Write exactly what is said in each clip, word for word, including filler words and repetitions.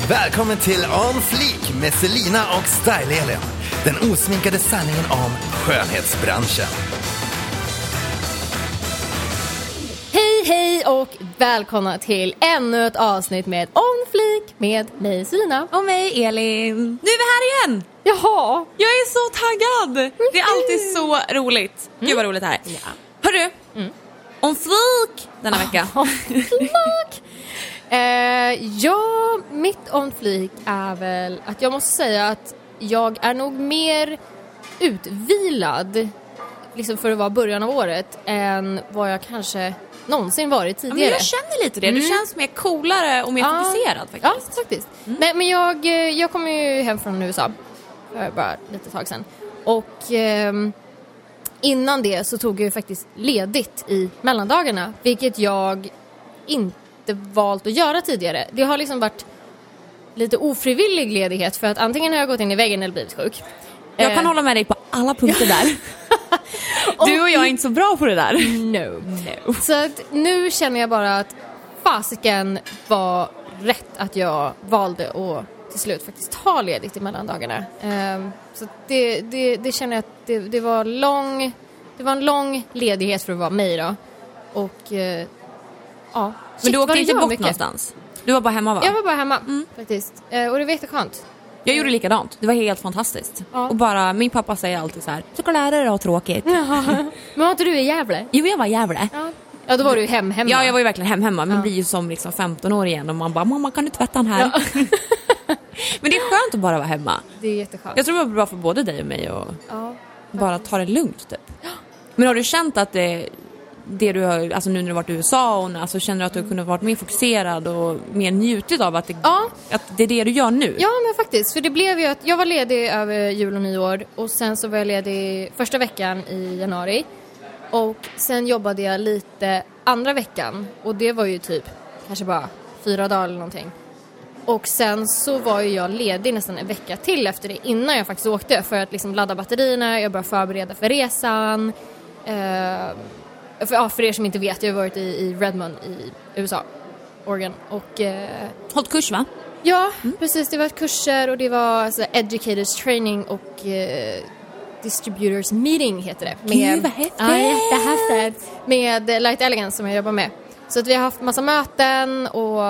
Välkommen till On Fleek med Selina och Style-Elin. Den osminkade sanningen om skönhetsbranschen. Hej hej och välkomna till ännu ett avsnitt med On Fleek med mig Selina. Och mig Elin. Nu är vi här igen. Jaha. Jag är så taggad. Det är alltid så roligt. Gud vad roligt det här är. Ja. Hörru, mm. On Fleek denna vecka. On Fleek. eh, ja, mitt On Fleek är väl att jag måste säga att jag är nog mer utvilad liksom för att vara början av året än vad jag kanske någonsin varit tidigare. Ja, men jag känner lite det. Du mm. känns mer coolare och mer ja. fokuserad faktiskt. Ja, faktiskt. Mm. Nej, men jag, jag kom ju hem från U S A för bara lite tag sedan. Och eh, innan det så tog jag ju faktiskt ledigt i mellandagarna. Vilket jag inte valt att göra tidigare. Det har liksom varit lite ofrivillig ledighet för att antingen har jag gått in i väggen eller blivit sjuk. Jag kan eh. hålla med dig på alla punkter där. Du och jag är inte så bra på det där. No. no. Så att nu känner jag bara att fasiken var rätt att jag valde att till slut faktiskt ta ledigt i mellandagarna. Um, så det, det, det känner jag att det, det var lång det var en lång ledighet för att vara mig då. Och uh, ja. Men du åkte inte bort mycket. Någonstans? Du var bara hemma, va? Jag var bara hemma, mm. faktiskt. Uh, och det var jätteskönt. Jag gjorde likadant. Det var helt fantastiskt. Ja. Och bara, min pappa säger alltid så här: så ska lära dig ha tråkigt. Ja. Men var inte du i Gävle? Jo, jag var i Gävle. Ja. Ja, då var du ju hem hemma. Ja, jag var ju verkligen hem hemma. Men ja. blir ju som liksom femton år igen. Och man bara, mamma kan du tvätta den här? Ja. Men det är skönt att bara vara hemma. Det är jätteskönt. Jag tror det var bra för både dig och mig. Och ja, bara ta det lugnt typ. Ja. Men har du känt att det... det du har, alltså nu när du varit i U S A och alltså känner du att du kunde varit mer fokuserad och mer njutit av att det, ja. att det är det du gör nu? Ja, men faktiskt. För det blev ju att jag var ledig över jul och nyår och sen så var jag ledig första veckan i januari och sen jobbade jag lite andra veckan och det var ju typ kanske bara fyra dagar eller någonting. Och sen så var ju jag ledig nästan en vecka till efter det innan jag faktiskt åkte för att liksom ladda batterierna, jag började förbereda för resan. Eh, För, ja, för er som inte vet, jag har varit i, i Redmond i U S A, Oregon. Och, eh, hållit kurs, va? Ja, mm. precis. Det var kurser och det var alltså, educators training och eh, distributors meeting heter det. Med, Gud, vad häftigt! Ja, jättehäftigt. Med Light Elegance som jag jobbar med. Så att vi har haft massa möten och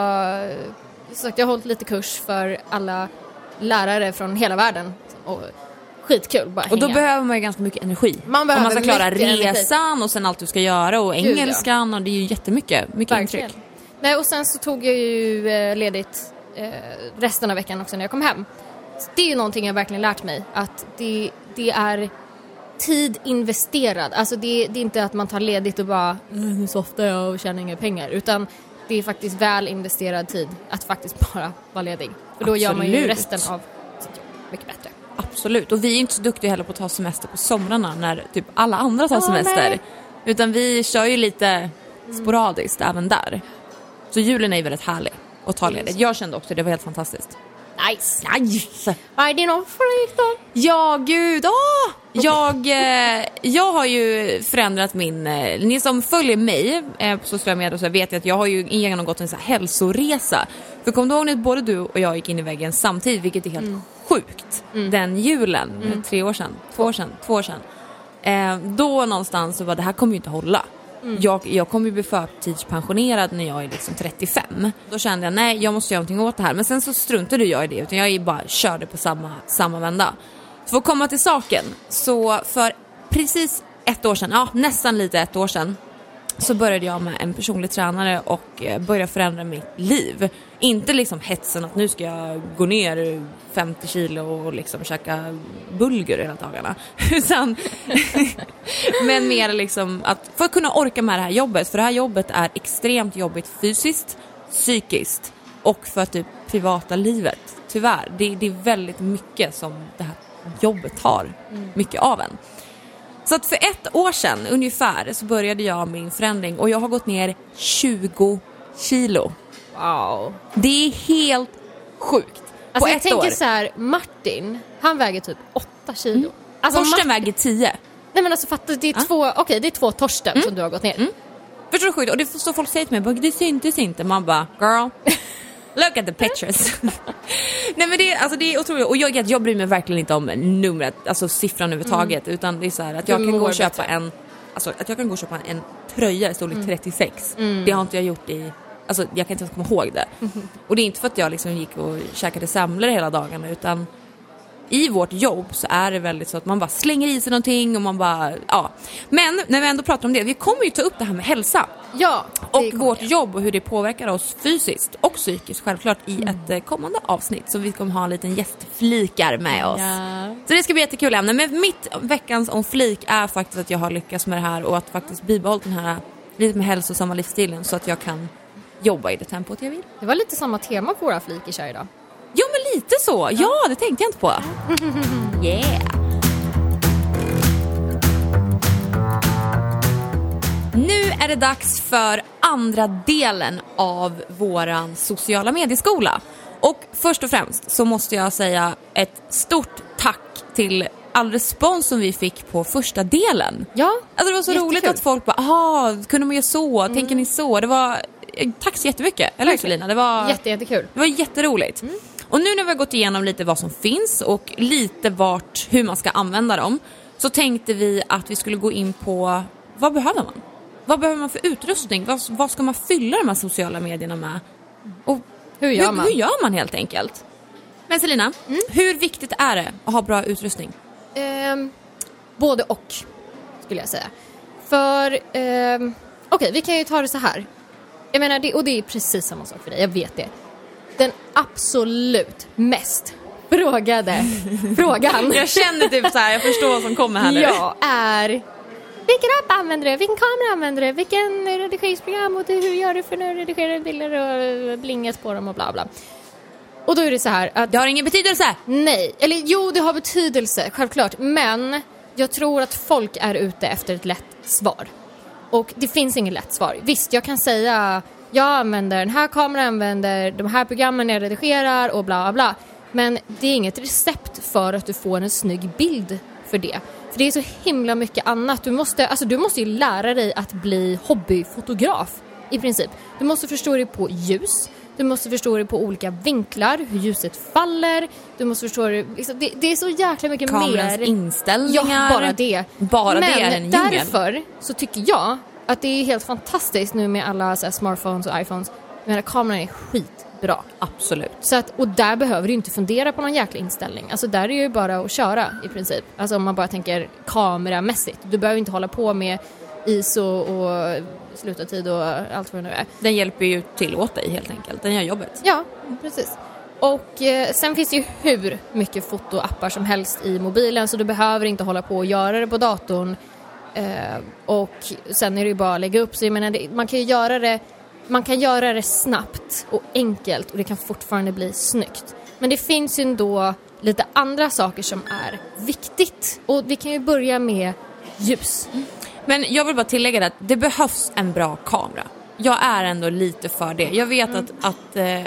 så att jag har hållit lite kurs för alla lärare från hela världen. Och skitkul bara. Och då hänga. behöver man ju ganska mycket energi. Man behöver man ska klara resan energi. Och sen allt du ska göra och Gud, engelskan ja. Och det är ju jättemycket mycket intryck. Nej, och sen så tog jag ju eh, ledigt eh, resten av veckan också när jag kom hem. Så det är ju någonting jag verkligen lärt mig att det, det är tid investerad. Alltså det, det är inte att man tar ledigt och bara nu softar jag och tjänar inga pengar utan det är faktiskt väl investerad tid att faktiskt bara vara ledig. För då Absolut. Gör man ju resten av sitt jobb mycket bättre. Absolut, och vi är inte så duktiga heller på att ta semester på somrarna när typ alla andra tar oh, semester. Nej. Utan vi kör ju lite sporadiskt mm. även där. Så julen är ju väldigt härlig att ta ledigt. Jag kände också, det var helt fantastiskt. Nice. Nice. Vad är din omflykt då? Ja, gud. Åh! Jag, eh, jag har ju förändrat min... Eh, ni som följer mig eh, på sociala medier så vet jag att jag har ju genomgått en så här hälsoresa. För kom du ihåg att både du och jag gick in i väggen samtidigt, vilket är helt mm. sjukt. Mm. Den julen, mm. tre år sedan, två år sedan, två år sedan. Eh, då någonstans så var det här kommer ju inte hålla. Mm. Jag, jag kommer ju bli förtidspensionerad när jag är liksom trettiofem. Då kände jag, nej, jag måste göra någonting åt det här. Men sen så struntade jag i det, utan jag bara körde på samma, samma vända. Så för att komma till saken, så för precis ett år sedan, ja nästan lite ett år sedan, så började jag med en personlig tränare och började förändra mitt liv. Inte liksom hetsen att nu ska jag gå ner femtio kilo och liksom käka bulgur hela dagarna. Utan, men mer liksom att för att kunna orka med det här jobbet. För det här jobbet är extremt jobbigt fysiskt, psykiskt och för typ privata livet. Tyvärr, det, det är väldigt mycket som det här jobbet har mycket av en. Så att för ett år sedan ungefär så började jag min förändring och jag har gått ner tjugo kilo. Wow. Det är helt sjukt. Alltså på jag ett tänker år. Så här, Martin, han väger typ åtta kilo. Mm. Alltså Torsten Martin... väger tio. Nej men alltså fatta, det är ah. två, okej okay, det är två Torsten mm. som du har gått ner. Mm. Förstår du sjukt? Och det står folk säger till mig, det syntes inte. Man bara, girl, Look at the pictures. Nej men det, alltså det är otroligt. Och jag, jag bryr mig verkligen inte om numret, alltså siffran överhuvudtaget. Mm. Utan det är så här att jag kan gå och köpa en, alltså att jag kan gå och köpa en tröja i storlek mm. trettiosex. Mm. Det har inte jag gjort i, alltså jag kan inte ens komma ihåg det. Mm. Och det är inte för att jag liksom gick och käkade semlor hela dagarna, utan i vårt jobb så är det väldigt så att man bara slänger i sig någonting och man bara, ja. Men när vi ändå pratar om det, vi kommer ju ta upp det här med hälsa. Ja. Och vårt jobb och hur det påverkar oss fysiskt och psykiskt självklart i mm. ett kommande avsnitt. Så vi kommer ha en liten gästflikar med oss. Ja. Så det ska bli jättekul ämne. Men mitt veckans om flik är faktiskt att jag har lyckats med det här och att faktiskt bibehålla den här lite med hälsosamma livsstilen så att jag kan jobba i det tempot jag vill. Det var lite samma tema på våra flikar idag. Ja, men lite så. Ja, det tänkte jag inte på. Yeah. Nu är det dags för andra delen av våran sociala medieskola. Och först och främst så måste jag säga ett stort tack till all respons som vi fick på första delen. Ja, alltså det var så jättekul. Roligt att folk bara, aha, kunde man göra så? Mm. Tänker ni så? Det var, tack så jättemycket. Eller hur, Selina? Det var Jätte, jättekul. Det var jätteroligt. Mm. Och nu när vi har gått igenom lite vad som finns och lite vart, hur man ska använda dem, så tänkte vi att vi skulle gå in på vad behöver man? Vad behöver man för utrustning? Vad, vad ska man fylla de här sociala medierna med? Och hur gör man? Hur, hur gör man helt enkelt? Men Selina, mm. hur viktigt är det att ha bra utrustning? Um, både och, skulle jag säga. För, um, okej, okay, vi kan ju ta det så här. Jag menar, det, och det är precis samma sak för dig, jag vet det. Den absolut mest frågade frågan. Jag känner typ så här, jag förstår vad som kommer här nu. Ja, är vilken app använder du? Vilken kamera använder du? Vilken redigeringsprogram? Och hur gör du för när du redigerar bilder och blinget på dem och bla bla. Och då är det så här att det har ingen betydelse. Nej, eller jo, det har betydelse, självklart. Men jag tror att folk är ute efter ett lätt svar. Och det finns inget lätt svar. Visst, jag kan säga jag använder den här kameran, använder de här programmen när jag redigerar och bla bla. Men det är inget recept för att du får en snygg bild för det. För det är så himla mycket annat. Du måste, alltså du måste ju lära dig att bli hobbyfotograf i princip. Du måste förstå dig på ljus. Du måste förstå dig på olika vinklar, hur ljuset faller. Du måste förstå dig, liksom, det, det är så jäkla mycket kamerans mer. Kamerans inställningar. Ja, bara det. Bara Men det är en djungel. Därför så tycker jag att det är helt fantastiskt nu med alla så här, smartphones och iPhones. Jag menar, kameran är skitbra. Absolut. Så att, och där behöver du inte fundera på någon jäkla inställning. Alltså där är det ju bara att köra i princip. Alltså om man bara tänker kameramässigt. Du behöver inte hålla på med I S O och slutartid och allt vad det nu är. Den hjälper ju till åt dig helt enkelt. Den gör jobbet. Ja, precis. Och eh, sen finns det ju hur mycket fotoappar som helst i mobilen. Så du behöver inte hålla på och göra det på datorn. Eh, och sen är det ju bara att lägga upp. Så jag menar, det, man kan ju göra det, man kan göra det snabbt och enkelt. Och det kan fortfarande bli snyggt. Men det finns ju ändå lite andra saker som är viktigt. Och vi kan ju börja med ljus. Men jag vill bara tillägga att det behövs en bra kamera. Jag är ändå lite för det. Jag vet mm. att, att eh,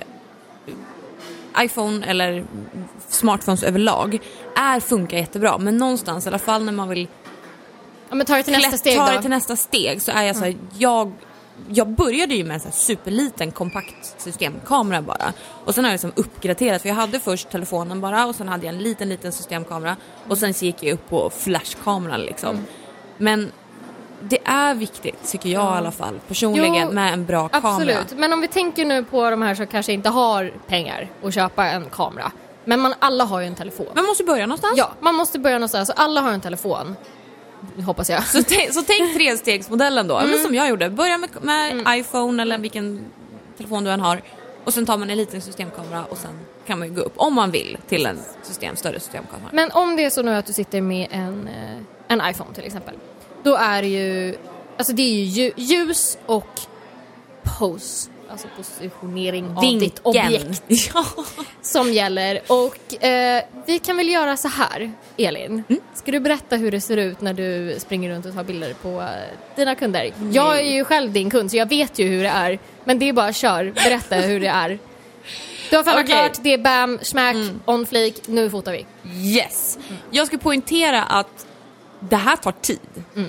iPhone eller smartphones överlag är, funkar jättebra. Men någonstans, i alla fall när man vill ja, men ta det till nästa steg ta då. det till nästa steg så är jag så här, mm. jag, jag började ju med en så här superliten kompakt systemkamera bara. Och sen har jag liksom uppgraderat. För jag hade först telefonen bara och sen hade jag en liten, liten systemkamera. Och sen så gick jag upp på flashkameran liksom. Mm. Men det är viktigt, tycker jag ja. i alla fall, personligen, jo, med en bra absolut. kamera. Absolut, men om vi tänker nu på de här som kanske inte har pengar att köpa en kamera. Men man, alla har ju en telefon. Man måste börja någonstans. Ja, man måste börja någonstans. Så alla har en telefon, hoppas jag. Så, t- så tänk trestegsmodellen då, mm. som jag gjorde. Börja med, med mm. iPhone eller vilken telefon du än har. Och sen tar man en liten systemkamera och sen kan man ju gå upp, om man vill, till en system, större systemkamera. Men om det är så nu att du sitter med en, en iPhone till exempel. Då är det ju, alltså det är ju ljus och pose, alltså positionering av Vinkeln. ditt objekt ja. som gäller. Och eh, vi kan väl göra så här, Elin. Mm? Ska du berätta hur det ser ut när du springer runt och tar bilder på dina kunder? Mm. Jag är ju själv din kund så jag vet ju hur det är. Men det är bara kör, berätta hur det är. Du har fan okay. klart, det är bam, smack, mm. on flik, nu fotar vi. Yes. Mm. Jag ska poängtera att det här tar tid. Mm.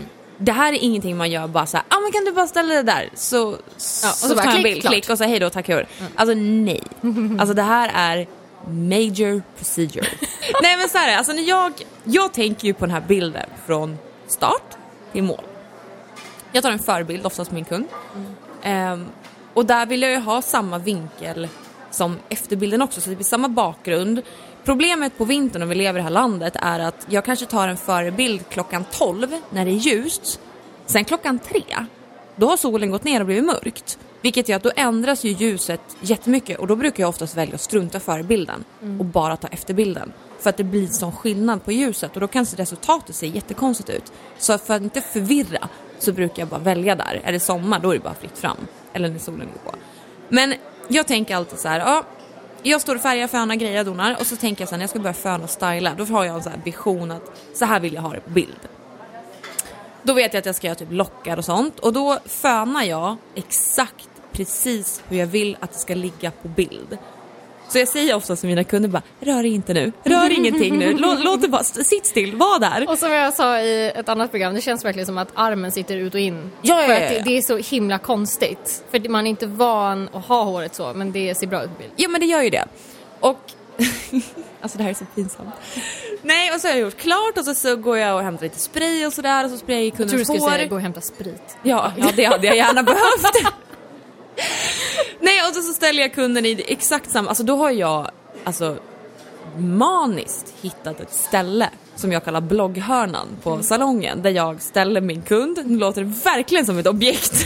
det här är ingenting man gör bara så här, ah, men kan du bara ställa det där så, Ja, och så, så så bara tar jag en klick, bild, klart. klick och så hej då, tack hur. Mm. Alltså nej. Alltså det här är major procedure. Nej men så här, alltså när jag, jag tänker ju på den här bilden från start till mål. Jag tar en förbild, oftast min kund. Mm. Um, och där vill jag ju ha samma vinkel som efterbilden också, så det blir samma bakgrund. Problemet på vintern om vi lever i det här landet är att jag kanske tar en förebild klockan tolv när det är ljust. Sen klockan tre, då har solen gått ner och blivit mörkt. Vilket gör att då ändras ju ljuset jättemycket. Och då brukar jag oftast välja att strunta förebilden mm. och bara ta efterbilden. För att det blir sån skillnad på ljuset. Och då kan resultatet se jättekonstigt ut. Så för att inte förvirra så brukar jag bara välja där. Är det sommar, då är det bara fritt fram. Eller när solen går på. Men jag tänker alltid så här, ja, jag står och färgar, fönar, grejer, donar. Och så tänker jag så här, när jag ska börja föna och styla, då har jag en så här vision att så här vill jag ha det på bild. Då vet jag att jag ska göra typ lockar och sånt. Och då fönar jag exakt precis hur jag vill att det ska ligga på bild. Så jag säger ofta till mina kunder bara, rör inte nu, rör ingenting nu, låt, låt det bara, sitt still, var där. Och som jag sa i ett annat program, det känns verkligen som att armen sitter ut och in. Ja, ja, ja, ja. För att det, det är så himla konstigt. För man är inte van att ha håret så, men det ser bra ut på bild. Ja, men det gör ju det. Och alltså det här är så pinsamt. Nej, och så har jag gjort klart och så, så går jag och hämtar lite spray och sådär och så sprayar jag kundens hår. Jag tror du skulle säga gå och hämta sprit. Ja, ja, det hade jag gärna behövt. Nej, och så, så ställer jag kunden i exakt samma. Alltså då har jag alltså maniskt hittat ett ställe som jag kallar blogghörnan på mm. salongen, där jag ställer min kund. Nu låter det verkligen som ett objekt.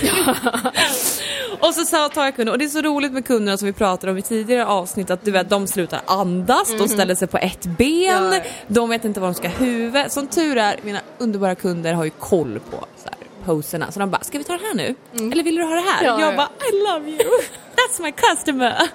Och så tar jag kunden. Och det är så roligt med kunderna som vi pratade om i tidigare avsnitt, att du vet, de slutar andas, mm. de ställer sig på ett ben, ja. De vet inte vad de ska huvud. Som tur är, mina underbara kunder har ju koll på så här poserna. Så de bara, ska vi ta det här nu? Mm. Eller vill du ha det här? Ja, jag ja. bara, I love you. That's my customer.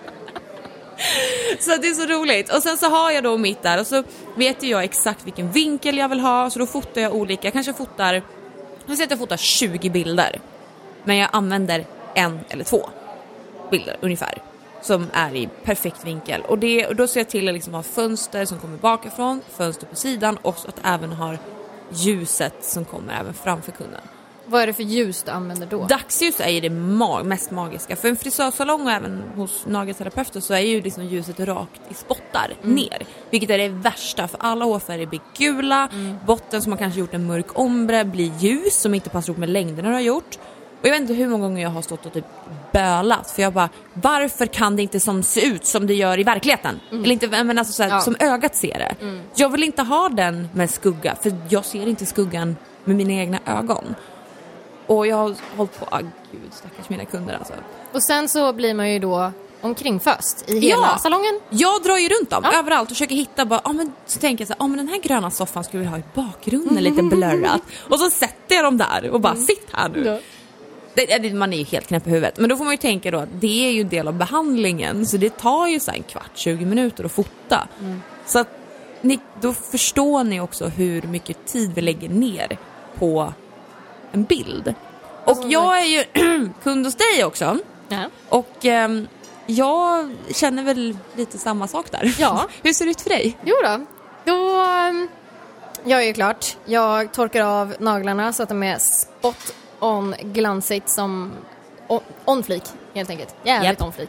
Så det är så roligt. Och sen så har jag då mitt där, och så vet ju jag exakt vilken vinkel jag vill ha. Så då fotar jag olika. Jag kanske fotar, jag säger att jag fotar tjugo bilder, men jag använder en eller två bilder ungefär som är i perfekt vinkel. Och, det, och då ser jag till att liksom ha fönster som kommer bakifrån, fönster på sidan, och att även ha ljuset som kommer även framför kunden. Vad är det för ljus du använder då? Dagsljus är ju det mag- mest magiska. För en frisörsalong och även hos nagelterapeuter så är ju liksom ljuset rakt i spottar mm. ner. Vilket är det värsta, för alla hårfärger blir gula. Mm. Botten som man kanske gjort en mörk ombre blir ljus som inte passar ihop med längden du har gjort. Och jag vet inte hur många gånger jag har stått och typ bölat. För jag bara, varför kan det inte som se ut som det gör i verkligheten? Mm. Eller inte, men alltså så här, ja. Som ögat ser det. Mm. Jag vill inte ha den med skugga, för jag ser inte skuggan med mina egna ögon. Och jag har hållit på, ah, gud, stackars mina kunder alltså. Och sen så blir man ju då omkring först i hela ja. salongen. Jag drar ju runt dem ja. överallt och försöker hitta bara, ah, men så tänker jag så här, ah, men den här gröna soffan skulle vi ha i bakgrunden mm. lite blurrat. Och så sätter jag dem där och bara, mm. sitt här nu. Ja. Det, det, man är ju helt knäpp i huvudet. Men då får man ju tänka då att det är ju en del av behandlingen. Så det tar ju så en kvart, tjugo minuter att fota. Mm. Så att ni, då förstår ni också hur mycket tid vi lägger ner på en bild. Och alltså, jag är ju kund hos dig också. Ja. Och um, jag känner väl lite samma sak där. Ja. Hur ser det ut för dig? Jo då. Då um, jag är ju klart. Jag torkar av naglarna så att de är spot on glansigt som on, on flik helt enkelt. Jävligt yep. on flik.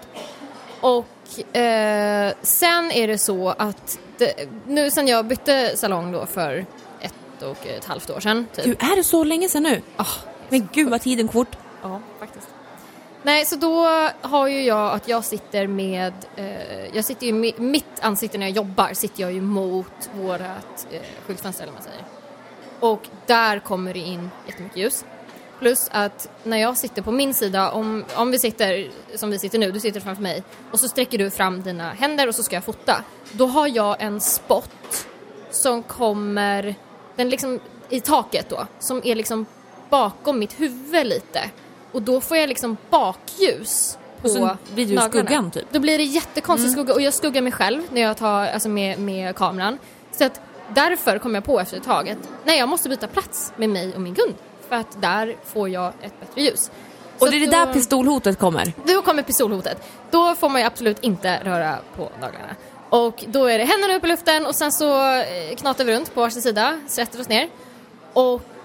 Och eh, sen är det så att det, nu sen jag bytte salong då för ett och ett halvt år sedan typ. Du, är det så länge sedan nu? Oh, men gud vad tiden kort. Ja, faktiskt. Nej, så då har ju jag att jag sitter med eh, jag sitter ju med, mitt ansikte när jag jobbar sitter jag ju mot vårat eh, skyltfönster eller man säger. Och där kommer det in jättemycket ljus. Plus att när jag sitter på min sida, om, om vi sitter som vi sitter nu, du sitter framför mig och så sträcker du fram dina händer och så ska jag fota. Då har jag en spot som kommer, den liksom i taket då, som är liksom bakom mitt huvud lite. Och då får jag liksom bakljus på och så blir du skuggan typ. Då blir det jättekonstig mm. skugga och jag skuggar mig själv när jag tar, alltså med, med kameran. Så att därför kom jag på efter ett tag att nej, jag måste byta plats med mig och min kund. För att där får jag ett bättre ljus. Och det är det då, där pistolhotet kommer? Då kommer pistolhotet. Då får man ju absolut inte röra på naglarna. Och då är det händerna upp i luften och sen så knatar vi runt på varsin sida, sätter oss ner. Och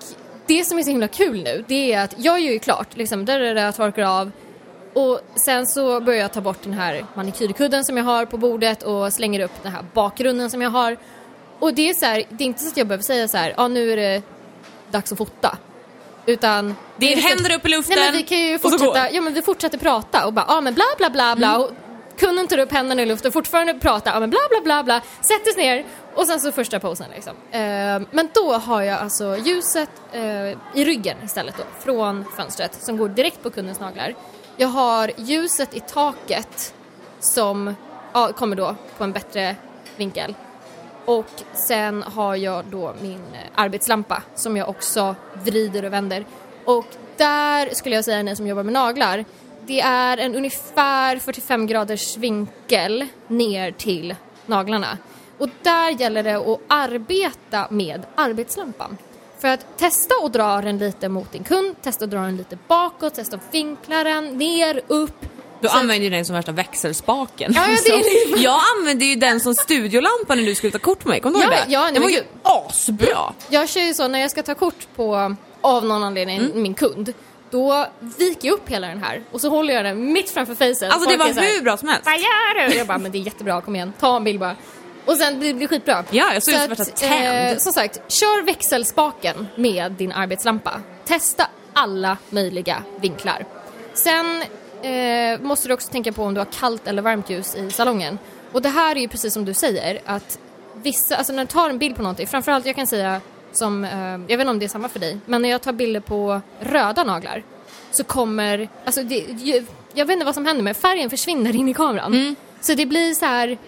det som är så himla kul nu, det är att jag gör ju klart, liksom, där är det jag torkar av. Och sen så börjar jag ta bort den här manikyrkudden som jag har på bordet och slänger upp den här bakgrunden som jag har. Och det är så här, det är inte så att jag behöver säga så här, ja nu är det dags att fota. Utan det är liksom, händer upp i luften. Nej, men vi kan ju fortsätta, ja men vi fortsätter prata och bara, ja men bla bla bla bla. Mm. Kunden tar upp händerna i luften och fortfarande prata, ja men bla bla bla bla. Sätter ner och sen så första posen liksom. Eh, men då har jag alltså ljuset eh, i ryggen istället då, från fönstret som går direkt på kundens naglar. Jag har ljuset i taket som ja, kommer då på en bättre vinkel. Och sen har jag då min arbetslampa som jag också vrider och vänder. Och där skulle jag säga, ni som jobbar med naglar, det är en ungefär fyrtiofem graders vinkel ner till naglarna. Och där gäller det att arbeta med arbetslampan. För att testa att dra den lite mot din kund, testa att dra den lite bakåt, testa att vinkla den, ner, upp. Du så använder ju den som värsta växelspaken. Ja, ja, det är det. Jag använder ju den som studiolampa när du skulle ta kort på mig. Kom du ihåg ja, det? ja, det var ju asbra. Jag kör ju så när jag ska ta kort på, av någon anledning, mm. min kund. Då viker jag upp hela den här och så håller jag den mitt framför facet. Alltså det var hur bra som helst. Vad gör du? Jag bara, men det är jättebra, kom igen, ta en bild bara. Och sen blir det skitbra. Ja, jag såg ju som att eh, som sagt, kör växelspaken med din arbetslampa. Testa alla möjliga vinklar. Sen eh, måste du också tänka på om du har kallt eller varmt ljus i salongen. Och det här är ju precis som du säger, att vissa, alltså när du tar en bild på någonting, framförallt jag kan säga som, eh, jag vet inte om det är samma för dig, men när jag tar bilder på röda naglar så kommer, alltså det, jag vet inte vad som händer, men färgen försvinner in i kameran. Mm. Så det blir så här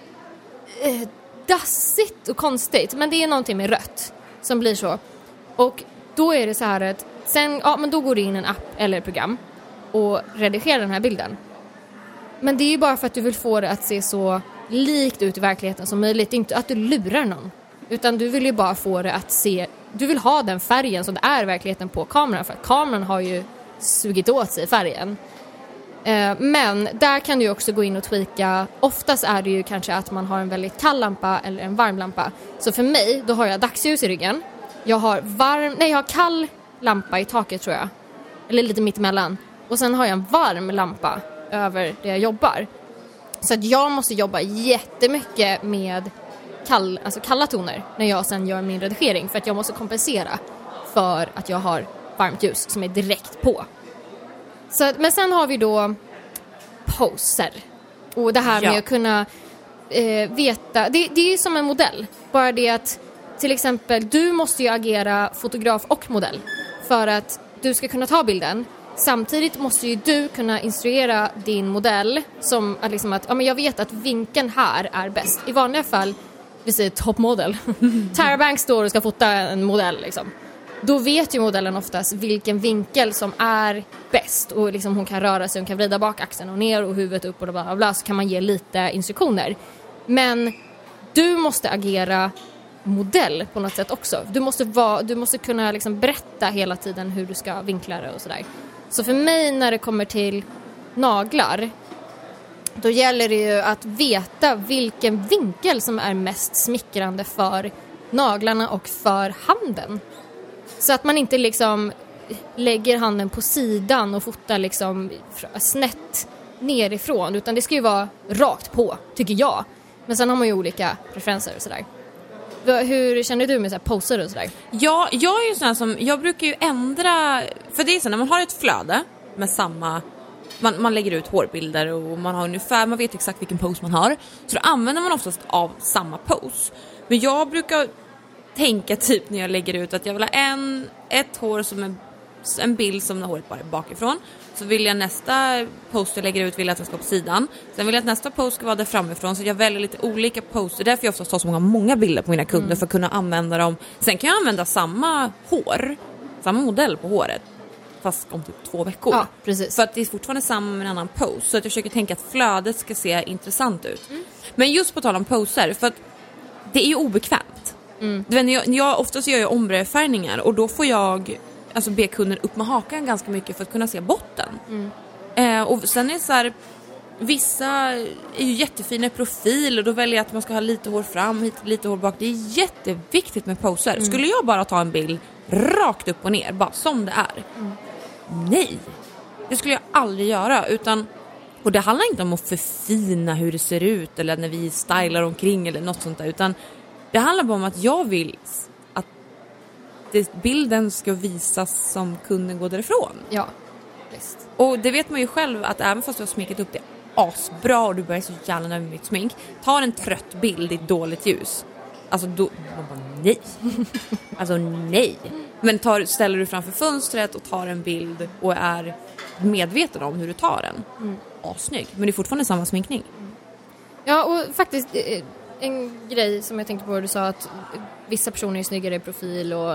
eh, dassigt och konstigt, men det är någonting med rött som blir så. Och då är det så här att sen, ja men då går det in en app eller program och redigerar den här bilden. Men det är ju bara för att du vill få det att se så likt ut i verkligheten som möjligt. Det är inte att du lurar någon, utan du vill ju bara få det att se, du vill ha den färgen som det är i verkligheten på kameran, för att kameran har ju sugit åt sig färgen. Men där kan du också gå in och tweaka. Oftast är det ju kanske att man har en väldigt kall lampa eller en varm lampa. Så för mig, då har jag dagsljus i ryggen. Jag har varm, nej jag har kall lampa i taket tror jag. Eller lite mitt emellan. Och sen har jag en varm lampa över där jag jobbar. Så att jag måste jobba jättemycket med kall, alltså kalla toner när jag sen gör min redigering. För att jag måste kompensera för att jag har varmt ljus som är direkt på. Så, men sen har vi då poser. Och det här med ja. att kunna eh, veta, det, det är ju som en modell. Bara det att till exempel du måste ju agera fotograf och modell för att du ska kunna ta bilden. Samtidigt måste ju du kunna instruera din modell som att, liksom att ja, men jag vet att vinkeln här är bäst. I vanliga fall, vi säger toppmodell. Tyra Banks står och ska fota en modell liksom. Då vet ju modellen oftast vilken vinkel som är bäst. Och liksom hon kan röra sig, hon kan vrida bak axeln och ner och huvudet upp och bla bla bla. Så kan man ge lite instruktioner. Men du måste agera modell på något sätt också. Du måste, vara, du måste kunna liksom berätta hela tiden hur du ska vinkla det och sådär. Så för mig när det kommer till naglar, då gäller det ju att veta vilken vinkel som är mest smickrande för naglarna och för handen. Så att man inte liksom lägger handen på sidan och fotar liksom snett nerifrån. Utan det ska ju vara rakt på, tycker jag. Men sen har man ju olika preferenser och sådär. Hur känner du med så här poser och sådär? Ja, jag är ju sån här som, jag brukar ju ändra, för det är så när man har ett flöde med samma, man, man lägger ut hårbilder och man har ungefär, man vet exakt vilken pose man har. Så då använder man oftast av samma pose. Men jag brukar tänka typ när jag lägger ut att jag vill ha en, ett hår som är en bild som när håret bara är bakifrån. Så vill jag nästa post jag lägger ut vill jag att den ska på sidan. Sen vill jag att nästa post ska vara där framifrån. Så jag väljer lite olika poster. Därför jag oftast tar så många, många bilder på mina kunder mm. för att kunna använda dem. Sen kan jag använda samma hår, samma modell på håret, fast om typ två veckor. Ja, precis. För att det är fortfarande samma med en annan post. Så att jag försöker tänka att flödet ska se intressant ut. Mm. Men just på tal om poser, för att det är ju obekvämt. Mm. Du vet, jag, jag, oftast gör jag ombrefärgningar och då får jag alltså be kunden upp med hakan ganska mycket för att kunna se botten. Mm. Eh, och sen är det så här, vissa är ju jättefina i profil och då väljer jag att man ska ha lite hår fram, lite hår bak. Det är jätteviktigt med poser. Mm. Skulle jag bara ta en bild rakt upp och ner, bara som det är. Mm. Nej, det skulle jag aldrig göra, utan, och det handlar inte om att förfina hur det ser ut eller när vi stylar omkring eller något sånt där, utan det handlar bara om att jag vill att det, bilden ska visas som kunden går därifrån. Ja, visst. Och det vet man ju själv att även fast du har sminkat upp det asbra och du börjar så jävla nöjd med mitt smink, tar en trött bild i ett dåligt ljus. Alltså då, man bara nej. Alltså nej. Men tar, ställer du framför fönstret och tar en bild och är medveten om hur du tar den. Mm. Assnygg. Men det är fortfarande samma sminkning. Mm. Ja, och faktiskt en grej som jag tänkte på, du sa att vissa personer är snyggare i profil och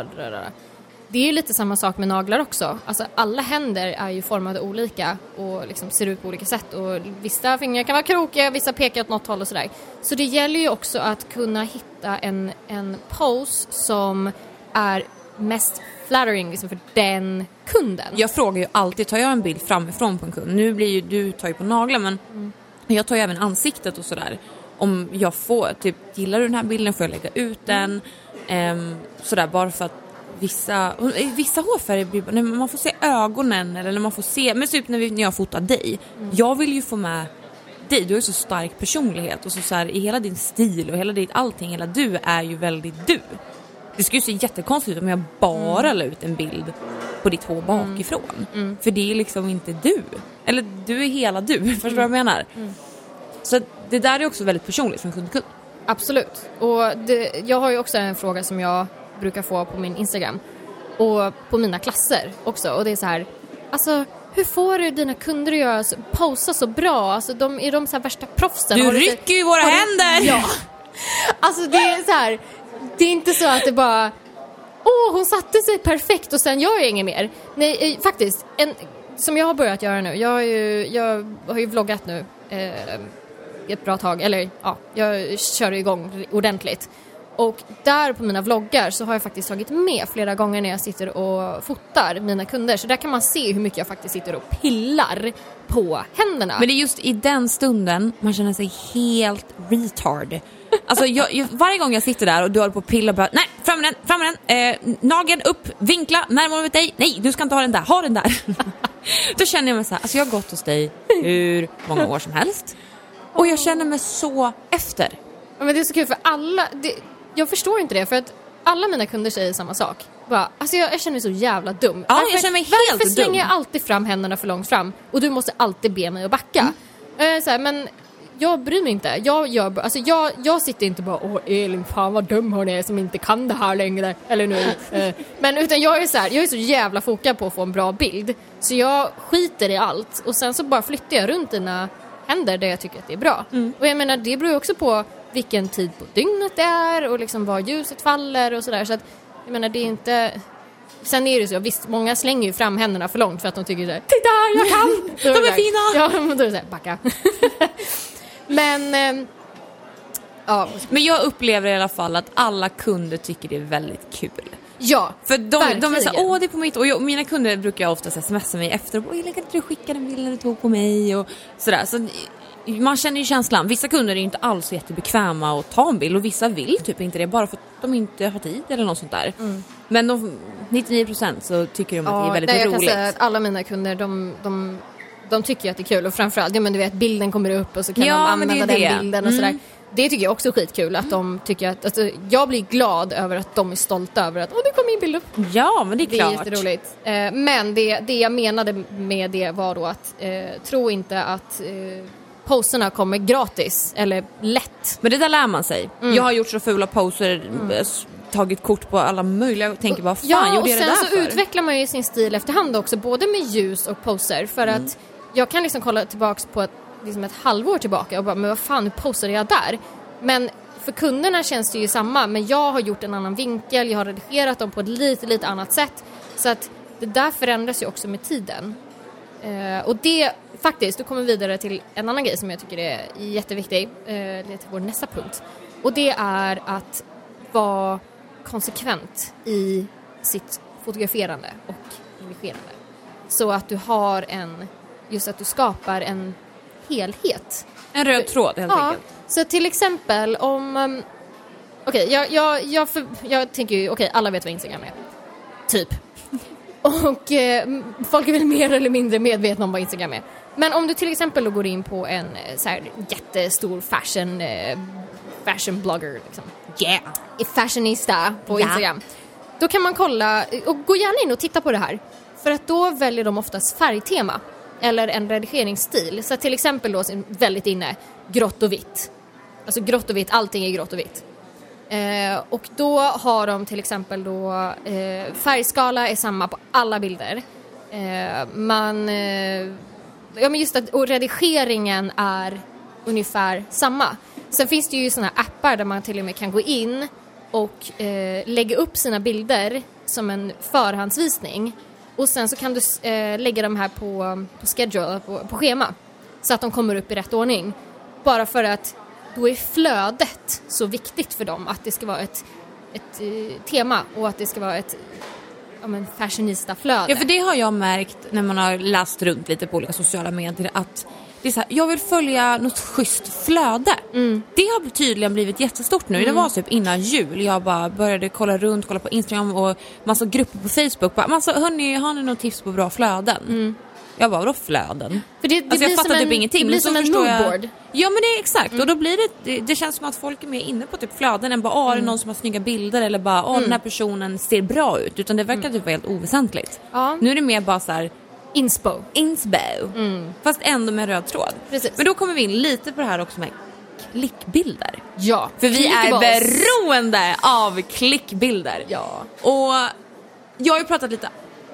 det är ju lite samma sak med naglar också. Alltså alla händer är ju formade olika och liksom ser ut på olika sätt. Och vissa fingrar kan vara krokiga, vissa pekar åt något håll och sådär. Så det gäller ju också att kunna hitta en, en pose som är mest flattering liksom för den kunden. Jag frågar ju alltid, tar jag en bild framifrån på en kund? Nu blir ju, du tar ju på naglar, men mm. jag tar ju även ansiktet och sådär. Om jag får, typ, gillar du den här bilden får jag lägga ut den. Um, sådär, bara för att Vissa, vissa hårfärger blir, när man får se ögonen eller när man får se, men typ när, vi, när jag fotar dig, mm. jag vill ju få med dig, du har ju så stark personlighet och så, så här, i hela din stil och hela ditt allting, hela du är ju väldigt du. Det skulle ju se jättekonstigt ut om jag bara mm. la ut en bild på ditt hår bakifrån. Mm. Mm. För det är liksom inte du. Eller du är hela du, mm. förstår du vad jag menar? Mm. Så det där är också väldigt personligt från kund till kund. Absolut. Och det, jag har ju också en fråga som jag brukar få på min Instagram och på mina klasser också, och det är så här, alltså hur får du dina kunder att göra så, posa så bra, alltså de är de så här värsta proffsen. Du rycker ju våra du, händer. Ja. Alltså det är så här, det är inte så att det bara åh hon satte sig perfekt och sen gör jag inget mer. Nej faktiskt, en, som jag har börjat göra nu, jag har ju, jag har ju vloggat nu eh, ett bra tag, eller ja, jag kör igång ordentligt. Och där på mina vloggar så har jag faktiskt tagit med flera gånger när jag sitter och fotar mina kunder. Så där kan man se hur mycket jag faktiskt sitter och pillar på händerna. Men det är just i den stunden man känner sig helt retard. Alltså jag, jag, varje gång jag sitter där och du håller på att pilla bara, nej, fram med den, fram med den, eh, nageln upp, vinkla, närmare mot dig, nej, du ska inte ha den där, ha den där. Då känner jag mig så här, alltså jag har gått hos dig hur många år som helst. Och jag känner mig så efter. Ja, men det är så kul för alla, det, jag förstår inte det, för att alla mina kunder säger samma sak. Bara, alltså jag, jag känner mig så jävla dum. Ja, varför, jag känner mig helt varför dum. slänger jag alltid fram händerna för långt fram och du måste alltid be mig att backa? Mm. Eh, så här, men jag bryr mig inte. Jag, gör, alltså jag, jag sitter inte bara, åh Elin, fan vad dum hon är som inte kan det här längre. Eller nu. eh, men utan jag är så här, jag är så jävla fokad på att få en bra bild. Så jag skiter i allt. Och sen så bara flyttar jag runt dina händer där jag tycker att det är bra. Mm. Och jag menar, det beror ju också på vilken tid på dygnet det är och liksom var ljuset faller och sådär. Så att, jag menar, det är inte... Sen är det så, visst, många slänger ju fram händerna för långt för att de tycker såhär, titta, jag kan! De är, är fina! Ja, men då är det såhär, backa. men... Eh, ja. Men jag upplever i alla fall att alla kunder tycker det är väldigt kul. Ja, för de, de är såhär, åh det är på mitt... Och jag, mina kunder brukar ofta smsa mig efter och åh, jag kan inte du skicka den bilden du tog på mig och sådär. Så man känner ju känslan. Vissa kunder är inte alls jättebekväma att ta en bild och vissa vill typ inte det bara för att de inte har tid eller något sånt där. Mm. Men de, nittionio procent så tycker de att ja, det är väldigt jag roligt. Jag kan säga att alla mina kunder, de, de, de tycker att det är kul och framförallt, ja men du vet, bilden kommer upp och så kan ja, de använda den det. bilden och mm. sådär. Det tycker jag också är skitkul att de tycker att, alltså, jag blir glad över att de är stolta över att åh, det kom min bild upp. Ja, men det är klart. Det är jätteroligt. Eh, men det, det jag menade med det var då att eh, tro inte att eh, poserna kommer gratis eller lätt. Men det där lär man sig. Mm. Jag har gjort så fula poser, mm. tagit kort på alla möjliga och tänker, vad fan ja, gjorde jag det där och sen så för? Utvecklar man ju sin stil efterhand också, både med ljus och poser. För mm. att jag kan liksom kolla tillbaks på ett, liksom ett halvår tillbaka och bara, men vad fan, hur posade jag där? Men för kunderna känns det ju samma, men jag har gjort en annan vinkel, jag har redigerat dem på ett lite, lite annat sätt. Så att det där förändras ju också med tiden. Uh, och det faktiskt, då kommer vi vidare till en annan grej som jag tycker är jätteviktig. Uh, det är till vår nästa punkt. Och det är att vara konsekvent i sitt fotograferande och dirigerande. Så att du har en, just att du skapar en helhet. En röd tråd helt ja, enkelt. Så till exempel om... Um, okej, okay, jag, jag, jag, jag tänker ju, okej, okay, alla vet vad Instagram är. typ. Och eh, folk är väl mer eller mindre medvetna om vad Instagram är. Men om du till exempel då går in på en så här jättestor fashion eh, fashion blogger liksom. Yeah. Fashionista på Ja. Instagram. Då kan man kolla och gå gärna in och titta på det här. För att då väljer de oftast färgtema eller en redigeringsstil. Så till exempel då väldigt inne grått och vitt. Alltså grått och vitt, allting är grått och vitt. Eh, och då har de till exempel då eh, färgskala är samma på alla bilder. Eh, man eh, ja men just att och redigeringen är ungefär samma. Sen finns det ju såna här appar där man till och med kan gå in och eh, lägga upp sina bilder som en förhandsvisning. Och sen så kan du eh, lägga dem här på, på schedule, på, på schema. Så att de kommer upp i rätt ordning. Bara för att då är flödet så viktigt för dem. Att det ska vara ett, ett eh, tema och att det ska vara ett ja, men fashionista-flöde. Ja, för det har jag märkt när man har läst runt lite på olika sociala medier. Att det är så här, jag vill följa något schysst flöde. Mm. Det har tydligen blivit jättestort nu. Mm. Det var typ innan jul. Jag bara började kolla runt, kolla på Instagram och massa grupper på Facebook. Bara, massa, hörni, har ni något tips på bra flöden? Mm. Jag bara, vadå flöden? För det, det alltså, jag fattar typ en, ingenting. Det blir men så som en moodboard. Jag, ja, men det är exakt. Mm. Och då blir det, det, det känns som att folk är mer inne på typ flöden än bara, ah, mm. är det någon som har snygga bilder? Eller bara, ah, mm. den här personen ser bra ut. Utan det verkar mm. typ vara helt oväsentligt. Ja. Nu är det mer bara så här inspo. Inspo. Mm. Fast ändå med röd tråd. Precis. Men då kommer vi in lite på det här också med klickbilder. Ja. För vi är beroende av klickbilder. Ja. Och jag har ju pratat lite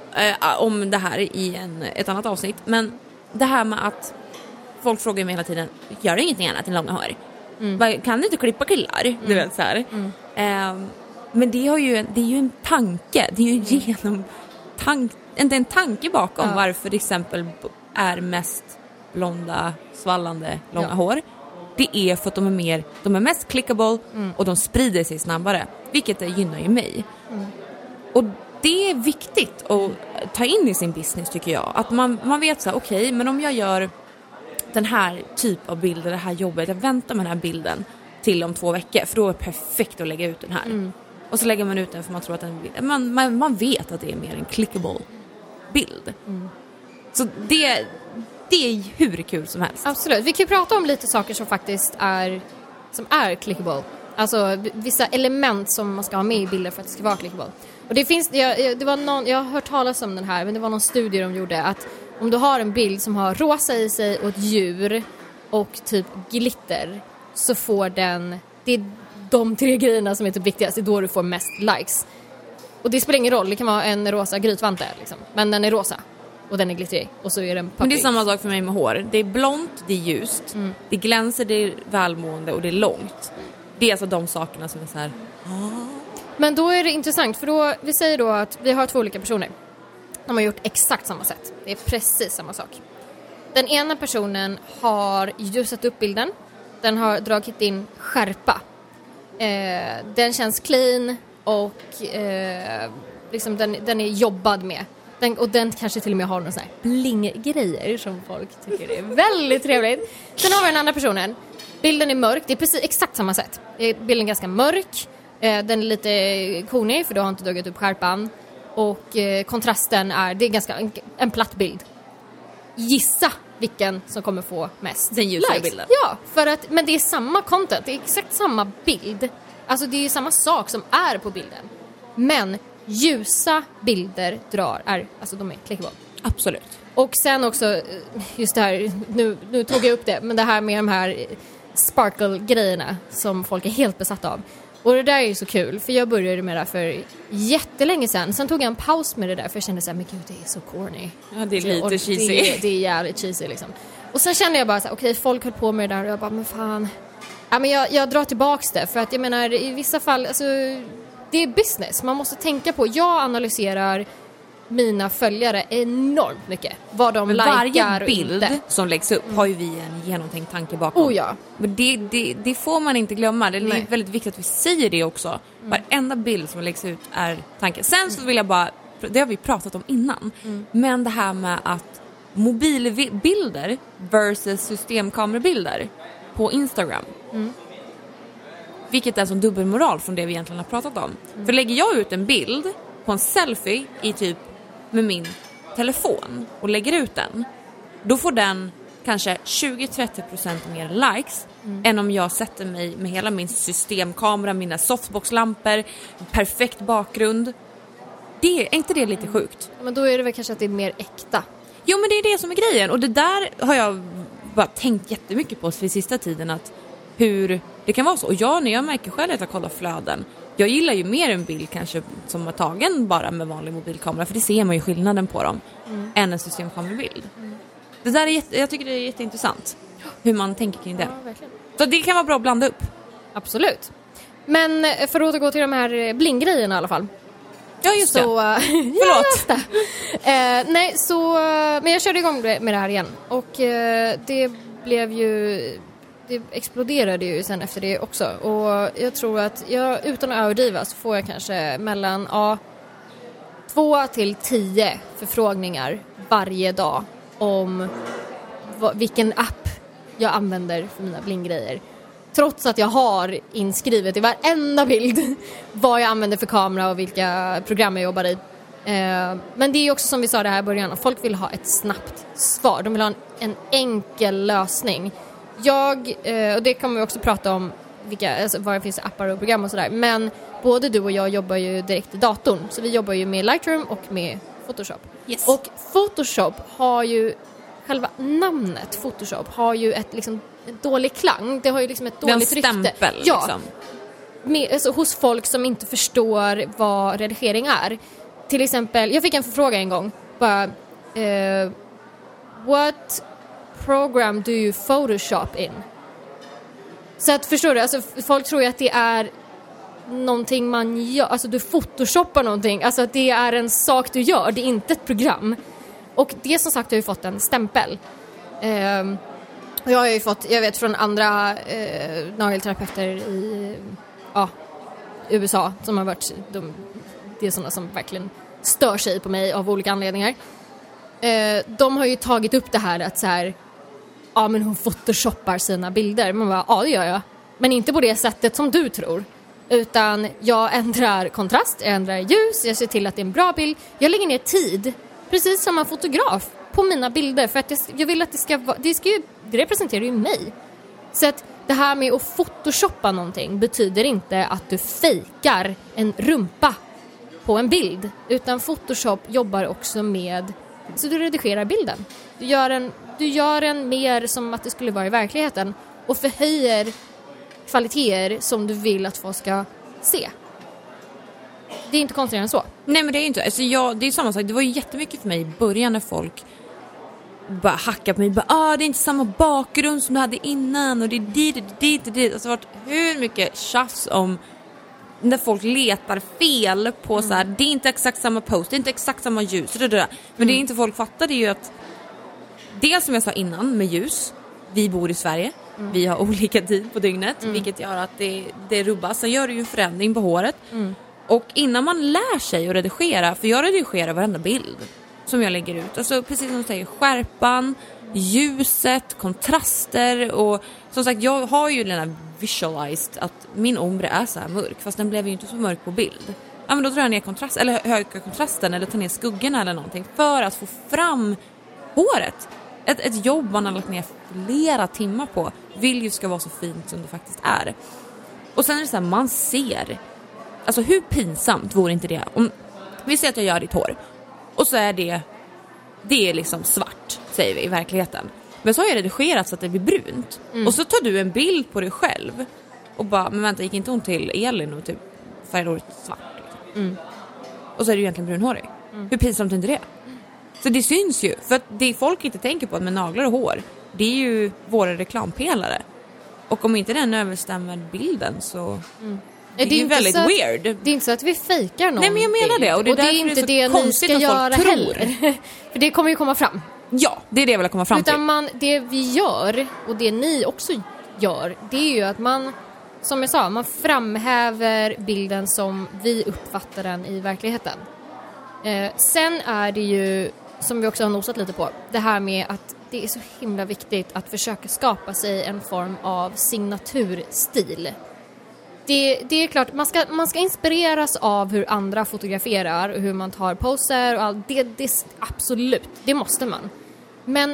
äh, om det här i en, ett annat avsnitt. Men det här med att folk frågar mig hela tiden, gör det ingenting annat än långa hår? Mm. Kan du inte klippa killar? Mm. Du vet så här. Mm. Ähm, men det, har ju, det är ju en tanke. Det är ju genom tank, inte en tanke bakom ja. Varför till exempel är mest blonda, svallande, långa ja. Hår. Det är för att de är mer, de är mest clickable mm. och de sprider sig snabbare. Vilket det gynnar ju mig. Mm. Och det är viktigt att ta in i sin business tycker jag. Att man, man vet så här, okej, okay, men om jag gör den här typ av bilder, det här jobbet, jag väntar med den här bilden till om två veckor. För då är det perfekt att lägga ut den här. Mm. Och så lägger man ut den för man tror att den, man, man, man vet att det är mer en clickable bild. Mm. Så det, det är hur kul som helst. Absolut. Vi kan ju prata om lite saker som faktiskt är som är clickable. Alltså vissa element som man ska ha med i bilder för att det ska vara clickable. Och det finns, jag, det var någon, jag har hört talas om den här, men det var någon studie de gjorde att om du har en bild som har rosa i sig och ett djur och typ glitter så får den, det är de tre grejerna som är typ viktigast, det är då du får mest likes. Och det spelar ingen roll, det kan vara en rosa grytvante liksom, men den är rosa och den är glittrig och så är den puppy. Men det är samma sak för mig med hår. Det är blont, det är ljust, mm. det glänser, det är välmående och det är långt. Det är alltså de sakerna som är så här. Men då är det intressant för då, vi säger då att vi har två olika personer. De har gjort exakt samma sätt. Det är precis samma sak. Den ena personen har ljusat upp bilden. Den har dragit in skärpa. Eh, den känns clean och eh, liksom den, den är jobbad med. Den, och den kanske till och med har någon sån här bling-grejer som folk tycker är väldigt trevligt. Sen har vi den andra personen. Bilden är mörk. Det är precis exakt samma sätt. Bilden är ganska mörk. Eh, den är lite konig för du har inte dragit upp skärpan. Och eh, kontrasten är, det är ganska en, en platt bild. Gissa vilken som kommer få mest den ljusare likes. Bilden. Ja, för att, men det är samma content, det är exakt samma bild. Alltså det är samma sak som är på bilden. Men ljusa bilder drar, är, alltså de är clickable. Absolut. Och sen också, just det här, nu, nu tog jag upp det, men det här med de här sparkle-grejerna som folk är helt besatta av. Och det där är ju så kul, för jag började med det för jättelänge sedan. Sen tog jag en paus med det där, för jag kände så här, men gud, det är så corny. Ja, det är lite och cheesy. Det är, det är jävligt cheesy liksom. Och sen kände jag bara så här, okej, okay, folk höll på med det där och jag bara, men fan. Ja, men jag, jag drar tillbaks det, för att jag menar, i vissa fall, alltså, det är business. Man måste tänka på, jag analyserar mina följare enormt mycket. Vad de likar varje bild inte. Som läggs upp har ju vi en genomtänkt tanke bakom. Oh ja. Men det, det, det får man inte glömma. Det är Nej. väldigt viktigt att vi säger det också. Mm. Varenda bild som läggs ut är tanken. Sen så vill jag bara, det har vi pratat om innan. Mm. Men det här med att mobilbilder versus systemkamerabilder på Instagram. Mm. Vilket är en sån dubbelmoral från det vi egentligen har pratat om. Mm. För lägger jag ut en bild på en selfie i typ med min telefon och lägger ut den, då får den kanske tjugo till trettio procent mer likes mm. än om jag sätter mig med hela min systemkamera, mina softboxlampor, perfekt bakgrund. Det, är inte det lite sjukt? Men då är det väl kanske att det är mer äkta. Jo, men det är det som är grejen. Och det där har jag bara tänkt jättemycket på för sista tiden, att hur det kan vara så. Och jag, när jag märker själv att jag kollar flöden, jag gillar ju mer en bild kanske som är tagen bara med vanlig mobilkamera, för det ser man ju skillnaden på dem mm. än en systemkamerabild. Mm. Det där är jätte, jag tycker det är jätteintressant hur man tänker kring det. Ja, verkligen. Så det kan vara bra att blanda upp. Absolut. Men för att återgå till de här bling-grejerna i alla fall. Ja, just så, det. Förlåt. Ja, eh, nej, så, men jag körde igång med det här igen. Och eh, det blev ju... Det exploderade ju sen efter det också. Och jag tror att jag, utan att överdriva, så får jag kanske mellan ja, två till tio förfrågningar varje dag om vad, vilken app jag använder för mina blinggrejer. Trots att jag har inskrivet i varenda bild vad jag använder för kamera och vilka program jag jobbar i. Eh, men det är också som vi sa det här i början, att folk vill ha ett snabbt svar. De vill ha en, en enkel lösning. Jag, eh, och det kommer vi också prata om vilka, alltså, vad det finns appar och program och sådär. Men både du och jag jobbar ju direkt i datorn. Så vi jobbar ju med Lightroom och med Photoshop. Yes. Och Photoshop har ju, själva namnet Photoshop har ju ett liksom dålig klang. Det har ju liksom ett dåligt rykte. Stämpel, ja, liksom. med, alltså, hos folk som inte förstår vad redigering är. Till exempel, jag fick en förfrågan en gång. Bara, uh, what program do you Photoshop in? Så att, förstår du, alltså, folk tror ju att det är någonting man gör. Alltså du photoshoppar någonting. Alltså att det är en sak du gör. Det är inte ett program. Och det som sagt har ju fått en stämpel. Um, och jag har ju fått, jag vet från andra eh, nagelterapeuter i ja, U S A som har varit, de, det är sådana som verkligen stör sig på mig av olika anledningar. Eh, de har ju tagit upp det här att så här, ja men hon photoshoppar sina bilder. Man bara, ja det gör jag. Men inte på det sättet som du tror. Utan jag ändrar kontrast, jag ändrar ljus, jag ser till att det är en bra bild. Jag lägger ner tid, precis som en fotograf, på mina bilder. För att jag, jag vill att det ska vara, det, ska ju, det representerar ju mig. Så att det här med att photoshoppa någonting betyder inte att du fejkar en rumpa på en bild. Utan Photoshop jobbar också med, så du redigerar bilden. Du gör en, du gör en mer som att det skulle vara i verkligheten. Och förhöjer kvaliteter som du vill att folk ska se. Det är inte konstigare än så. Nej, men det är ju inte. Alltså jag, det är samma sak. Det var ju jättemycket för mig i början när folk bara hackade på mig. Bara, ah, det är inte samma bakgrund som du hade innan. Och det är dit och dit och dit. Alltså det har varit hur mycket tjafs om när folk letar fel på mm. så här. Det är inte exakt samma post. Det är inte exakt samma ljus. Men mm. det är inte folk fattar, det är ju att dels som jag sa innan med ljus. Vi bor i Sverige. Mm. Vi har olika tid på dygnet. Mm. Vilket gör att det, det rubbas. Sen gör det ju en förändring på håret. Mm. Och innan man lär sig att redigera, för jag redigerar varenda bild som jag lägger ut. Alltså precis som du säger, skärpan, ljuset, kontraster. Och som sagt, jag har ju den här visualized att min ombre är så här mörk. Fast den blev ju inte så mörk på bild. Ja, men då drar jag ner kontrast, eller höga kontrasten eller tar ner skuggorna eller någonting. För att få fram håret. Ett, ett jobb man har lagt ner flera timmar på vill ju ska vara så fint som det faktiskt är. Och sen är det så här, man ser. Alltså hur pinsamt vore inte det? Om vi säger att jag gör ditt hår och så är det det är liksom svart, säger vi i verkligheten. Men så har jag redigerat så att det blir brunt. Mm. Och så tar du en bild på dig själv och bara, men vänta, gick inte hon till Elin och typ färgade håret svart? Liksom. Mm. Och så är det ju egentligen brunhårig. Mm. Hur pinsamt är inte det? Så det syns ju. För att det folk inte tänker på med naglar och hår, det är ju våra reklampelare. Och om inte den överstämmer bilden så... Mm. Det är, det är ju väldigt att, weird. Det är inte så att vi fejkar någonting. Nej, men jag menar det. Och det är, och det är inte det, det ni ska göra heller. För det kommer ju komma fram. Ja, det är det jag vill komma fram Utan till. Man, det vi gör, och det ni också gör, det är ju att man, som jag sa, man framhäver bilden som vi uppfattar den i verkligheten. Eh, sen är det ju, som vi också har nosat lite på, det här med att det är så himla viktigt att försöka skapa sig en form av signaturstil. det, det är klart, man ska, man ska inspireras av hur andra fotograferar och hur man tar poser och allt. Det, det, absolut, det måste man. Men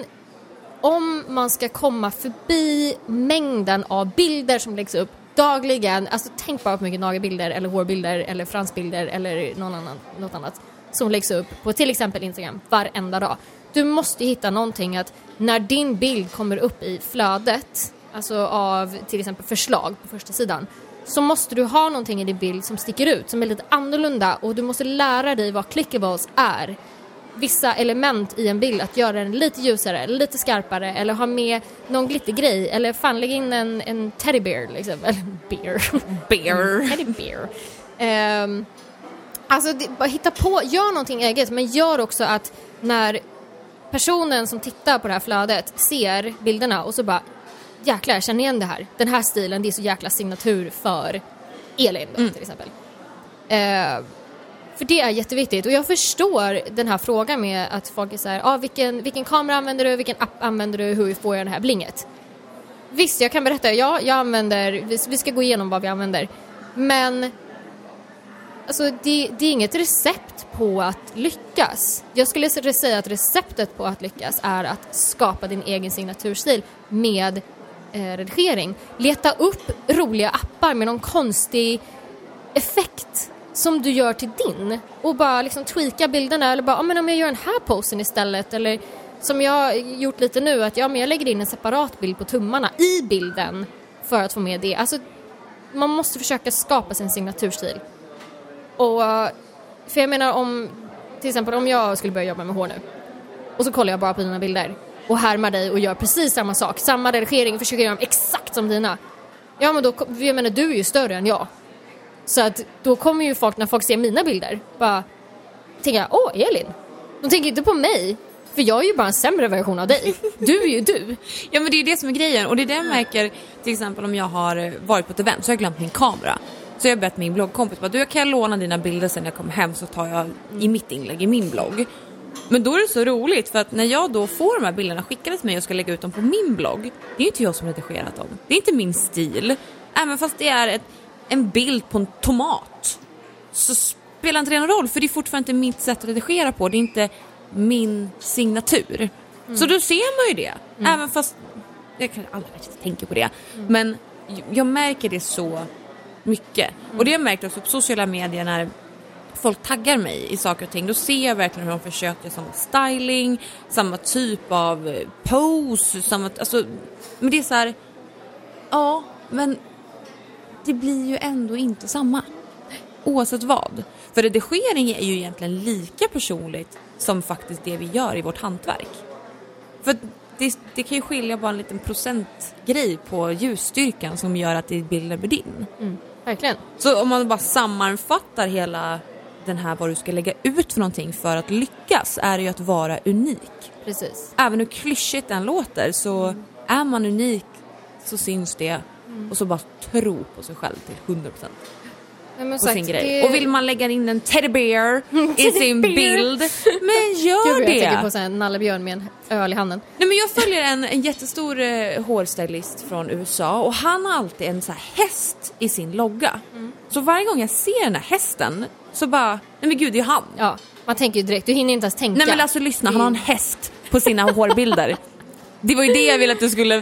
om man ska komma förbi mängden av bilder som läggs upp dagligen, alltså tänk bara på mycket nagelbilder eller hårbilder eller fransbilder eller någon annan, något annat som läggs upp på till exempel Instagram varenda dag. Du måste hitta någonting att när din bild kommer upp i flödet, alltså av till exempel förslag på första sidan, så måste du ha någonting i din bild som sticker ut, som är lite annorlunda, och du måste lära dig vad clickables är. Vissa element i en bild, att göra den lite ljusare, lite skarpare, eller ha med någon glittergrej, eller fan lägga in en, en teddybear liksom, eller bear. Bear. Teddybear. Um, alltså det, bara hitta på, gör någonting eget, men gör också att när personen som tittar på det här flödet ser bilderna och så bara, jäklar, jag känner igen det här. Den här stilen, det är så jäkla signatur för Elin då, mm. till exempel. Uh, För det är jätteviktigt. Och jag förstår den här frågan med att folk är så här, ah, vilken, vilken kamera använder du, vilken app använder du, hur får jag det här blinget? Visst, jag kan berätta, ja, jag använder, vi, vi ska gå igenom vad vi använder. Men alltså, det, det är inget recept på att lyckas. Jag skulle säga att receptet på att lyckas är att skapa din egen signaturstil med eh, redigering. Leta upp roliga appar med någon konstig effekt som du gör till din, och bara liksom tweaka bilderna, eller bara, ah, men om jag gör den här posen istället, eller som jag har gjort lite nu, att ja, men jag lägger in en separat bild på tummarna i bilden för att få med det. Alltså, man måste försöka skapa sin signaturstil. Och för jag menar, om till exempel om jag skulle börja jobba med hår nu, och så kollar jag bara på dina bilder och härmar dig och gör precis samma sak, samma redigering, försöker göra dem exakt som dina, ja, men då, jag menar, du är ju större än jag. Så att då kommer ju folk, när folk ser mina bilder, bara tänka, åh, Elin. De tänker inte på mig, för jag är ju bara en sämre version av dig. Du är ju du. Ja, men det är det som är grejen. Och det är det jag märker, till exempel om jag har varit på ett event så har jag glömt min kamera. Så jag har bett min bloggkompis, bara, du, jag kan låna dina bilder sen jag kommer hem, så tar jag i mitt inlägg i min blogg. Men då är det så roligt, för att när jag då får de här bilderna skickade till mig och ska lägga ut dem på min blogg, det är ju inte jag som redigerat dem. Det är inte min stil. Även fast det är ett en bild på en tomat, så spelar inte det någon roll, för det är fortfarande inte mitt sätt att redigera på. Det är inte min signatur. Mm. Så då ser man ju det. Mm. Även fast jag kan aldrig inte tänka på det. Mm. Men jag märker det så mycket. Mm. Och det har jag märkt också på sociala medier, när folk taggar mig i saker och ting. Då ser jag verkligen hur de försöker samma styling, samma typ av pose, samma, alltså, men det är så här, ja, men det blir ju ändå inte samma. Oavsett vad. För redigering är ju egentligen lika personligt som faktiskt det vi gör i vårt hantverk. För det, det kan ju skilja bara en liten procentgrej på ljusstyrkan som gör att det bilder med din. Mm, verkligen. Så om man bara sammanfattar hela den här, vad du ska lägga ut för någonting för att lyckas, är det ju att vara unik. Precis. Även hur klyschigt den låter, så mm. är man unik så syns det. Mm. Och så bara tro på sig själv till hundra procent. På sagt, sin grej. Det... Och vill man lägga in en teddybear i sin bild, men gör Gud, det. Jag tänker på en nallebjörn med en öl i handen. Nej, men jag följer en, en jättestor eh, hårstylist från U S A, och han har alltid en så här häst i sin logga. Mm. Så varje gång jag ser den här hästen så bara, nej men gud, det är han. Ja, man tänker ju direkt, du hinner inte ens tänka. Nej, men alltså lyssna, han har en häst på sina hårbilder. Det var ju det jag ville att du skulle...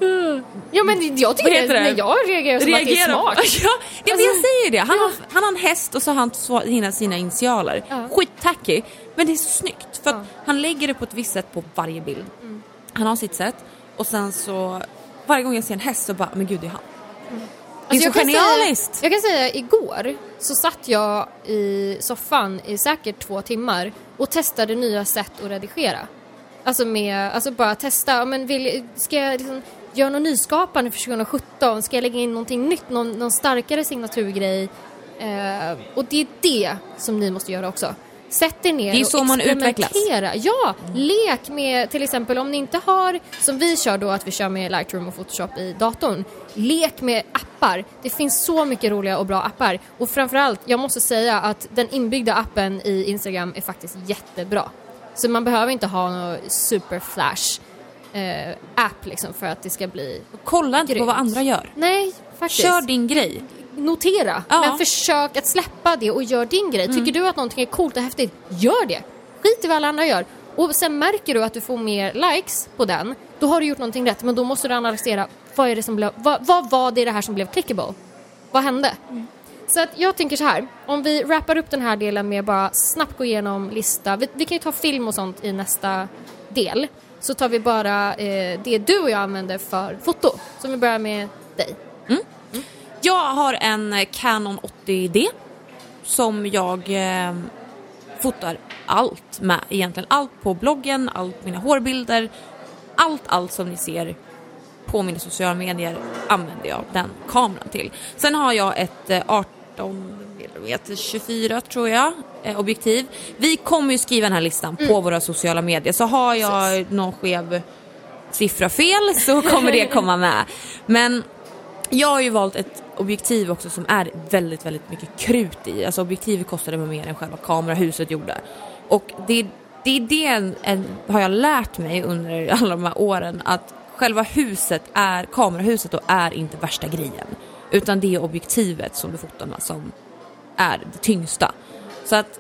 Ja, men jag tycker det, det? Men jag reagerar som reagerar. Att det är smart. Ja, det är alltså, jag säger det. Han, ja. har, han har en häst och så har han sina, sina initialer. Ja. Skittacky. Men det är så snyggt. För ja. att han lägger det på ett visst sätt på varje bild. Mm. Han har sitt sätt. Och sen så... Varje gång jag ser en häst så bara, men gud, det är han. Mm. Det är alltså, så jag genialiskt. Säga, jag kan säga, igår så satt jag i soffan i säkert två timmar och testade nya sätt att redigera. Alltså med, alltså bara testa, men vill, ska jag liksom göra något nyskapande för tjugo sjutton? Ska jag lägga in någonting nytt, någon, någon starkare signaturgrej? Eh, och det är det som ni måste göra också. Sätt er ner det är och så man experimentera. Ja, mm. lek med, till exempel om ni inte har, som vi kör då, att vi kör med Lightroom och Photoshop i datorn. Lek med appar. Det finns så mycket roliga och bra appar. Och framförallt, jag måste säga att den inbyggda appen i Instagram är faktiskt jättebra. Så man behöver inte ha någon super flash eh, app liksom för att det ska bli kolla inte grymt. På vad andra gör. Nej, faktiskt. Kör din grej. notera. Ja. Men försök att släppa det och gör din grej. Tycker Mm. du att någonting är coolt och häftigt, gör det. Skit i vad alla andra gör. Och sen märker du att du får mer likes på den. Då har du gjort någonting rätt. Men då måste du analysera, vad, är det som blev, vad, vad var det, det här som blev clickable? Vad hände? Mm. Så att jag tänker så här. Om vi wrappar upp den här delen med bara snabbt gå igenom lista. Vi, vi kan ju ta film och sånt i nästa del. Så tar vi bara eh, det du och jag använder för foto. Så vi börjar med dig. Mm. Mm. Jag har en Canon åttio D som jag eh, fotar allt med. Egentligen allt på bloggen, allt på mina hårbilder. Allt, allt som ni ser på mina sociala medier använder jag den kameran till. Sen har jag ett eh, arton millimeter tjugofyra tror jag eh, objektiv. Vi kommer ju skriva den här listan mm. på våra sociala medier. Så har jag Precis. någon skev siffra fel så kommer det komma med. Men jag har ju valt ett objektiv också som är väldigt, väldigt mycket krut i. Alltså objektivet kostade mig mer än själva kamerahuset gjorde. Och det, det är det en, en, har jag lärt mig under alla de här åren, att själva huset är, kamerahuset då är inte värsta grejen. Utan det är objektivet som du fotar med som är det tyngsta. Så att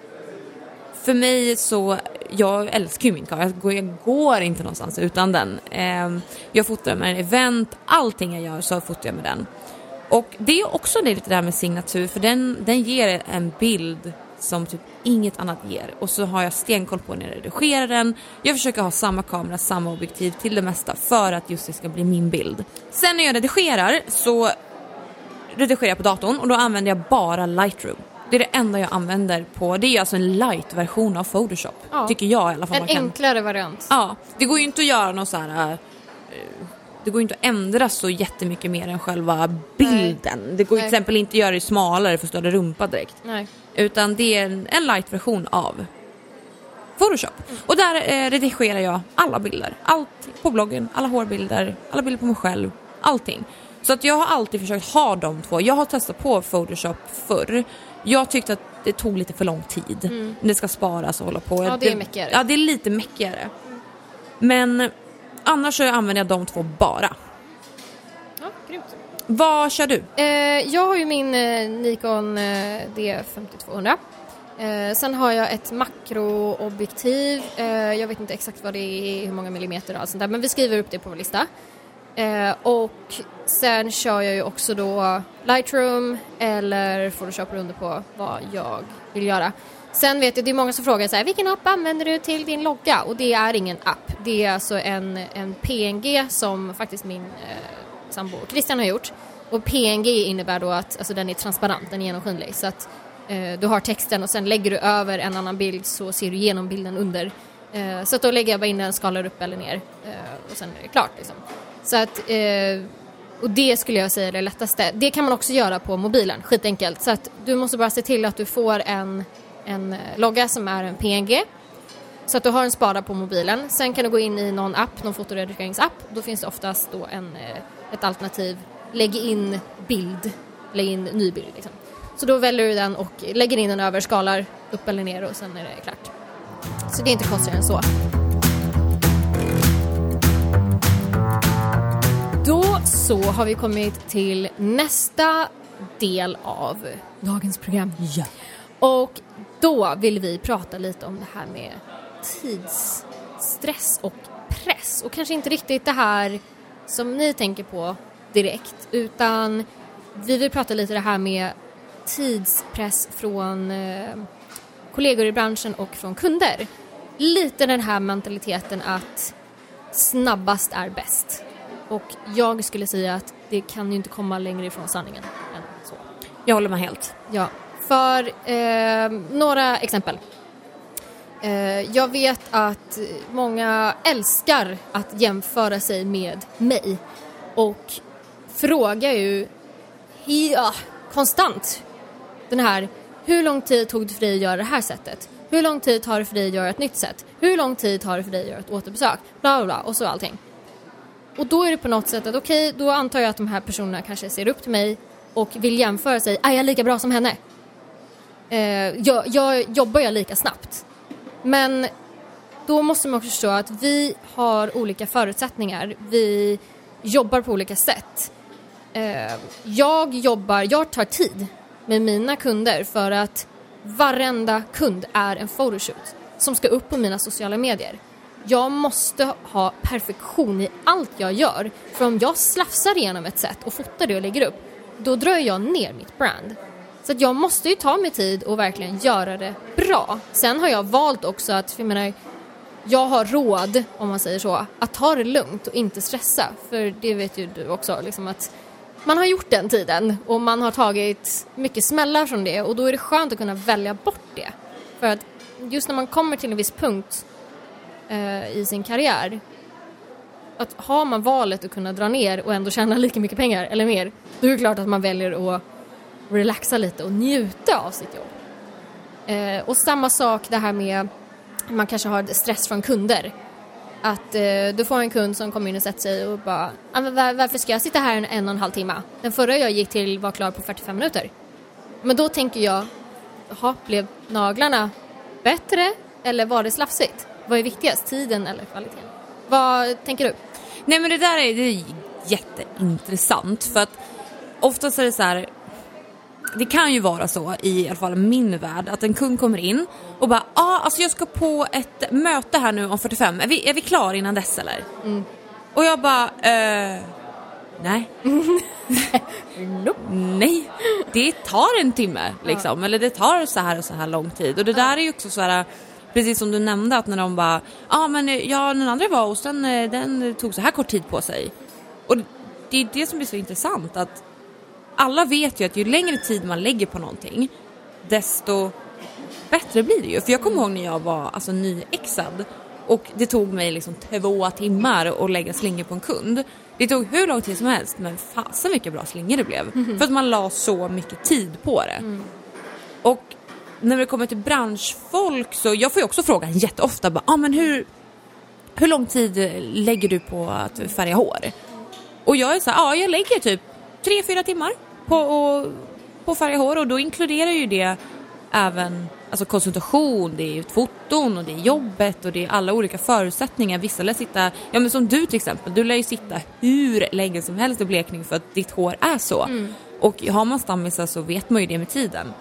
för mig så, jag älskar ju min kamera. Jag går, jag går inte någonstans utan den. Eh, jag fotar med en event, allting jag gör så fotar jag med den. Och det är också det lite där med signatur, för den, den ger en bild som typ inget annat ger. Och så har jag stenkoll på när jag redigerar den. Jag försöker ha samma kamera, samma objektiv till det mesta för att just det ska bli min bild. Sen när jag redigerar så redigerar jag på datorn och då använder jag bara Lightroom. Det är det enda jag använder på. Det är alltså en light-version av Photoshop. Ja. Tycker jag i alla fall. En man kan. enklare variant. Ja, det går ju inte att göra något så här... Uh, det går ju inte att ändra så jättemycket mer än själva bilden. Nej. Det går ju till exempel inte att göra det smalare för större rumpa direkt. Nej. Utan det är en, en light-version av Photoshop. Mm. Och där eh, redigerar jag alla bilder. Allt på bloggen, alla hårbilder, alla bilder på mig själv. Allting. Så att jag har alltid försökt ha de två. Jag har testat på Photoshop förr. Jag tyckte att det tog lite för lång tid. Mm. Det ska sparas och hålla på. Ja, det är mäckigare. Ja, det är lite mäckigare. Mm. Men annars så använder jag de två bara. Ja, grymt. Vad kör du? Eh, jag har ju min eh, Nikon eh, D femtiotvå hundra. Eh, sen har jag ett makroobjektiv. Eh, jag vet inte exakt vad det är, hur många millimeter och allt sånt där. Men vi skriver upp det på vår lista. Eh, och sen kör jag ju också då Lightroom eller Photoshop beroende på vad jag vill göra. Sen vet jag, det är många som frågar så här, vilken app använder du till din logga? Och det är ingen app. Det är alltså en, en P N G som faktiskt min eh, sambo Christian har gjort. Och P N G innebär då att alltså, den är transparent, den är genomskinlig. Så att eh, du har texten och sen lägger du över en annan bild så ser du igenom bilden under. Eh, så att då lägger jag bara in den, skalar upp eller ner eh, och sen är det klart liksom. Så att, eh, och det skulle jag säga är det lättaste. Det kan man också göra på mobilen, skitenkelt. Så att du måste bara se till att du får en, en logga som är en P N G. Så att du har en spara på mobilen. Sen kan du gå in i någon app, någon fotoredigeringsapp. Då finns det oftast då en, ett alternativ. Lägg in bild, lägg in ny bild liksom. Så då väljer du den och lägger in den över, skalar upp eller ner och sen är det klart. Så det är inte konstigare än så. Då så har vi kommit till nästa del av dagens program. Ja. Och då vill vi prata lite om det här med tidsstress och press. Och kanske inte riktigt det här som ni tänker på direkt. Utan vi vill prata lite det här med tidspress från eh, kollegor i branschen och från kunder. Lite den här mentaliteten att snabbast är bäst. Och jag skulle säga att det kan ju inte komma längre ifrån sanningen än så. Jag håller med helt. Ja, för eh, några exempel. Eh, jag vet att många älskar att jämföra sig med mig. Och frågar ju ja, konstant den här, hur lång tid tog det för dig att göra det här sättet? Hur lång tid tar det för dig att göra ett nytt sätt? Hur lång tid tar det för dig att göra ett återbesök? Bla bla bla, och så allting. Och då är det på något sätt att okej, okay, då antar jag att de här personerna kanske ser upp till mig och vill jämföra sig. Är jag lika bra som henne? Eh, jag, jag jobbar jag lika snabbt. Men då måste man också förstå att vi har olika förutsättningar. Vi jobbar på olika sätt. eh, jag jobbar, jag tar tid med mina kunder för att varenda kund är en photoshoot som ska upp på mina sociala medier. Jag måste ha perfektion i allt jag gör. För om jag slafsar igenom ett sätt och fotar det och lägger upp, då drar jag ner mitt brand. Så att jag måste ju ta mig tid och verkligen göra det bra. Sen har jag valt också att, jag menar, jag har råd, om man säger så, att ta det lugnt och inte stressa. För det vet ju du också, liksom att man har gjort den tiden och man har tagit mycket smällar från det. Och då är det skönt att kunna välja bort det. För att just när man kommer till en viss punkt eh, i sin karriär, att har man valet att kunna dra ner och ändå tjäna lika mycket pengar eller mer, då är det klart att man väljer att relaxa lite och njuta av sitt jobb. Eh, och samma sak det här med man kanske har stress från kunder. Att eh, du får en kund som kommer in och sätter sig och bara, ah, men var, varför ska jag sitta här en, en och en halv timme? Den förra jag gick till var klar på fyrtiofem minuter. Men då tänker jag, jaha, blev naglarna bättre eller var det slafsigt? Vad är viktigast, tiden eller kvaliteten? Vad tänker du? Nej, men det där är, det är jätteintressant, för att oftast är det så här, det kan ju vara så i alla fall min värld, att en kund kommer in och bara, ja, ah, alltså jag ska på ett möte här nu om fyrtiofem, är vi, är vi klar innan dess eller? Mm. Och jag bara, eh, nej. nope. Nej, det tar en timme liksom, ja. Eller det tar så här och så här lång tid. Och det där är ju också så här, precis som du nämnde, att när de bara, ja ah, men ja, den andra var och sen den tog så här kort tid på sig. Och det är det som är så intressant, att alla vet ju att ju längre tid man lägger på någonting, desto bättre blir det ju. För jag kommer ihåg när jag var alltså nyexad och det tog mig liksom två timmar att lägga slingor på en kund. Det tog hur lång tid som helst, men fasen mycket bra slingor det blev. Mm-hmm. För att man la så mycket tid på det. Mm. Och när det kommer till branschfolk, så jag får ju också frågan jätteofta, bara, ah, men hur, hur lång tid lägger du på att färga hår? Och jag är så här, ja, ah, jag lägger typ tre, fyra timmar på att på färga hår, och då inkluderar ju det även alltså konsultation, det är foton och det är jobbet och det är alla olika förutsättningar. Vissa lär sitta, ja men som du till exempel, du lär ju sitta hur länge som helst i blekning för att ditt hår är så. Mm. Och har man stammisar så vet man ju det med tiden.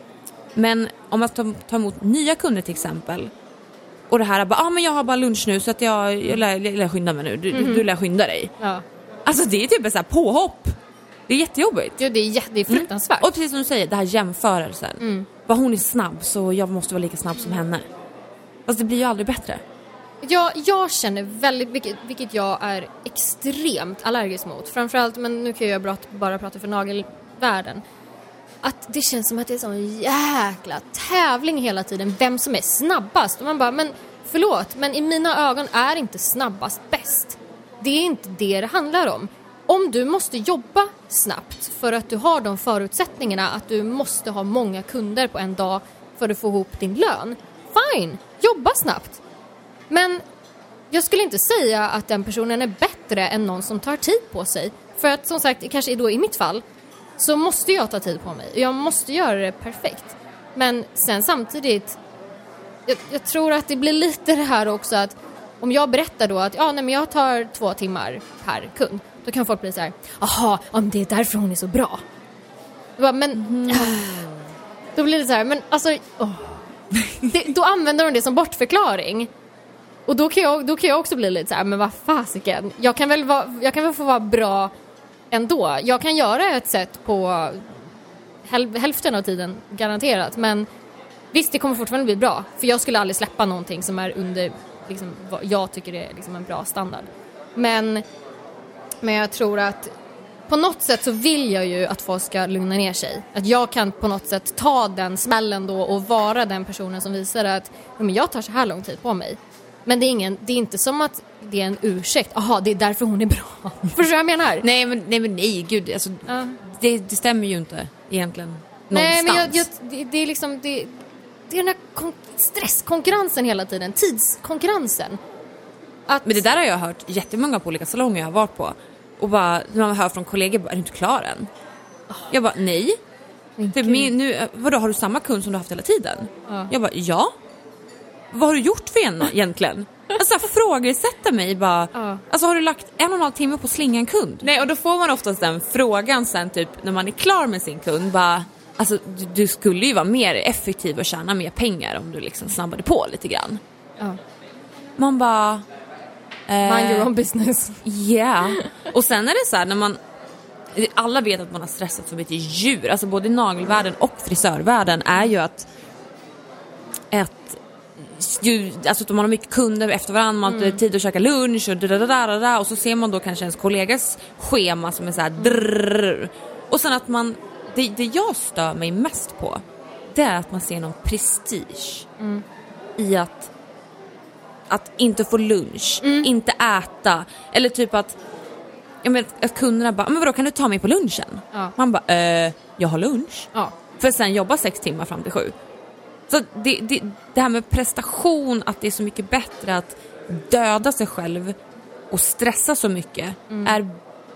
Men om man tar, tar emot nya kunder till exempel, och det här är bara, ja ah, men jag har bara lunch nu så att jag, jag, lär, jag lär skynda mig nu, du, mm. du, du lär skynda dig. Ja. Alltså det är typ en sån här påhopp. Det är jättejobbigt. Ja, det är, jätte, det är fruktansvärt. Mm. Och precis som du säger, det här jämförelsen. Mm. Vad hon är snabb så jag måste vara lika snabb som henne. Fast det blir ju aldrig bättre. Ja, jag känner väldigt mycket, vilket jag är extremt allergisk mot. Framförallt, men nu kan jag bara, bara prata för nagelvärlden. Att det känns som att det är sån jäkla tävling hela tiden. Vem som är snabbast. Och man bara, men förlåt, men i mina ögon är inte snabbast bäst. Det är inte det det handlar om. Om du måste jobba snabbt för att du har de förutsättningarna att du måste ha många kunder på en dag för att få ihop din lön. Fine, jobba snabbt. Men jag skulle inte säga att den personen är bättre än någon som tar tid på sig. För att som sagt, kanske då i mitt fall, så måste jag ta tid på mig. Jag måste göra det perfekt. Men sen samtidigt, jag, jag tror att det blir lite det här också att om jag berättar då att ja, nej, men jag tar två timmar per kund, då kan folk bli så här, aha, om det är därför hon är så bra. Bara, men mm. då blir det så här, men alltså oh. det, då använder de det som bortförklaring. Och då kan jag, då kan jag också bli lite så här, men vad fasiken, jag kan väl vara, jag kan väl få vara bra ändå. Jag kan göra ett sätt på häl, hälften av tiden garanterat, men visst, det kommer fortfarande bli bra, för jag skulle aldrig släppa någonting som är under liksom, vad jag tycker är liksom en bra standard. Men Men jag tror att på något sätt så vill jag ju att folk ska lugna ner sig. Att jag kan på något sätt ta den smällen då och vara den personen som visar att men jag tar så här lång tid på mig. Men det är, ingen, det är inte som att det är en ursäkt. Aha, det är därför hon är bra. Förstår du vad jag menar? Nej, men nej, men nej gud. Alltså, uh. det, det stämmer ju inte egentligen någonstans. Nej, men jag, jag, det, det är liksom... Det, det är den här kon- stresskonkurrensen hela tiden. Tidskonkurrensen. Att... Men det där har jag hört jättemånga på olika salonger jag har varit på. Och bara, när man hör från kollegor, bara, är du inte klar än? Oh. Jag bara, nej. För min, nu, vadå, har du samma kund som du har haft hela tiden? Oh. Jag bara, ja. Vad har du gjort för en egentligen? Alltså frågesätta mig bara, Ja. alltså har du lagt en och en halv timme på att slinga en kund? Nej, och då får man oftast den frågan sen typ när man är klar med sin kund, bara, alltså du, du skulle ju vara mer effektiv och tjäna mer pengar om du liksom snabbade på lite grann. Ja. Man bara... Eh, Mind your own business. Ja, yeah. Och sen är det så här när man... Alla vet att man har stressat som ett djur. Alltså både nagelvärlden och frisörvärlden är ju att... Ett, ju, alltså att man har mycket kunder efter varandra, man har mm. tid att käka lunch och, dadadadada, och så ser man då kanske ens kollegas schema som är så här drrrr. Och sen att man... Det, det jag stör mig mest på, det är att man ser någon prestige mm. i att... Att inte få lunch, mm. inte äta. Eller typ att, jag menar, att kunderna bara, men vadå, kan du ta mig på lunchen? Ja. Man bara, eh, jag har lunch. Ja. För sen jobba sex timmar fram till sju. Så det, det, det här med prestation, att det är så mycket bättre att döda sig själv och stressa så mycket mm. är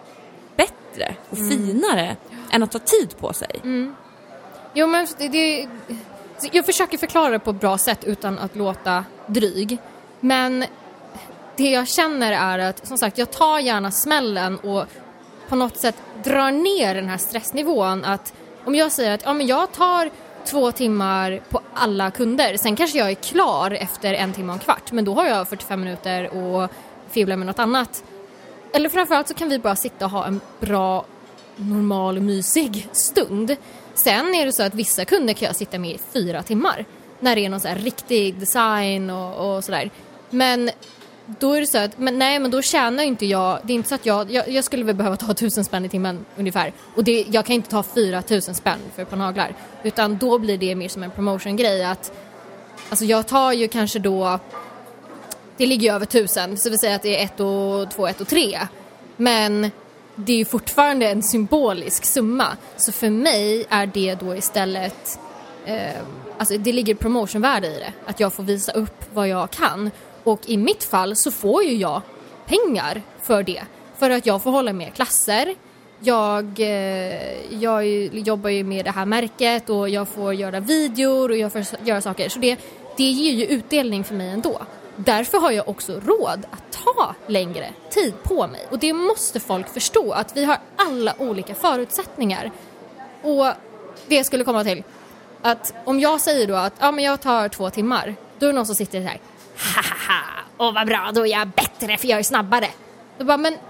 bättre och mm. finare än att ta tid på sig. Mm. Jo, men det, det, jag försöker förklara det på ett bra sätt utan att låta dryg. Men det jag känner är att, som sagt, jag tar gärna smällen och på något sätt drar ner den här stressnivån. Att om jag säger att ja, men jag tar två timmar på alla kunder, sen kanske jag är klar efter en timme och en kvart, men då har jag fyrtiofem minuter och fibblar med något annat. Eller framförallt så kan vi bara sitta och ha en bra, normal, mysig stund. Sen är det så att vissa kunder kan jag sitta med i fyra timmar när det är någon så här riktig design och, och sådär. Men då är det så att, men nej, men då tjänar inte jag, det är inte så att jag, jag, jag skulle väl behöva ta tusen spänn i timmen ungefär. Och det, jag kan inte ta fyra tusen spänn för ett par naglar. Utan då blir det mer som en promotion-grej att, alltså jag tar ju kanske då, det ligger ju över tusen, så vi säger att det är ett och två, ett och tre. Men det är ju fortfarande en symbolisk summa. Så för mig är det då istället, eh, alltså det ligger promotionvärde i det. Att jag får visa upp vad jag kan. Och i mitt fall så får ju jag pengar för det. För att jag får hålla med klasser. Jag, eh, jag jobbar ju med det här märket och jag får göra videor och jag får göra saker. Så det, det ger ju utdelning för mig ändå. Därför har jag också råd att ta längre tid på mig. Och det måste folk förstå, att vi har alla olika förutsättningar. Och det skulle komma till att om jag säger då att ja, men jag tar två timmar, då är det någon som sitter så här, haha, åh vad bra, då är jag bättre för jag är snabbare. Då bara, men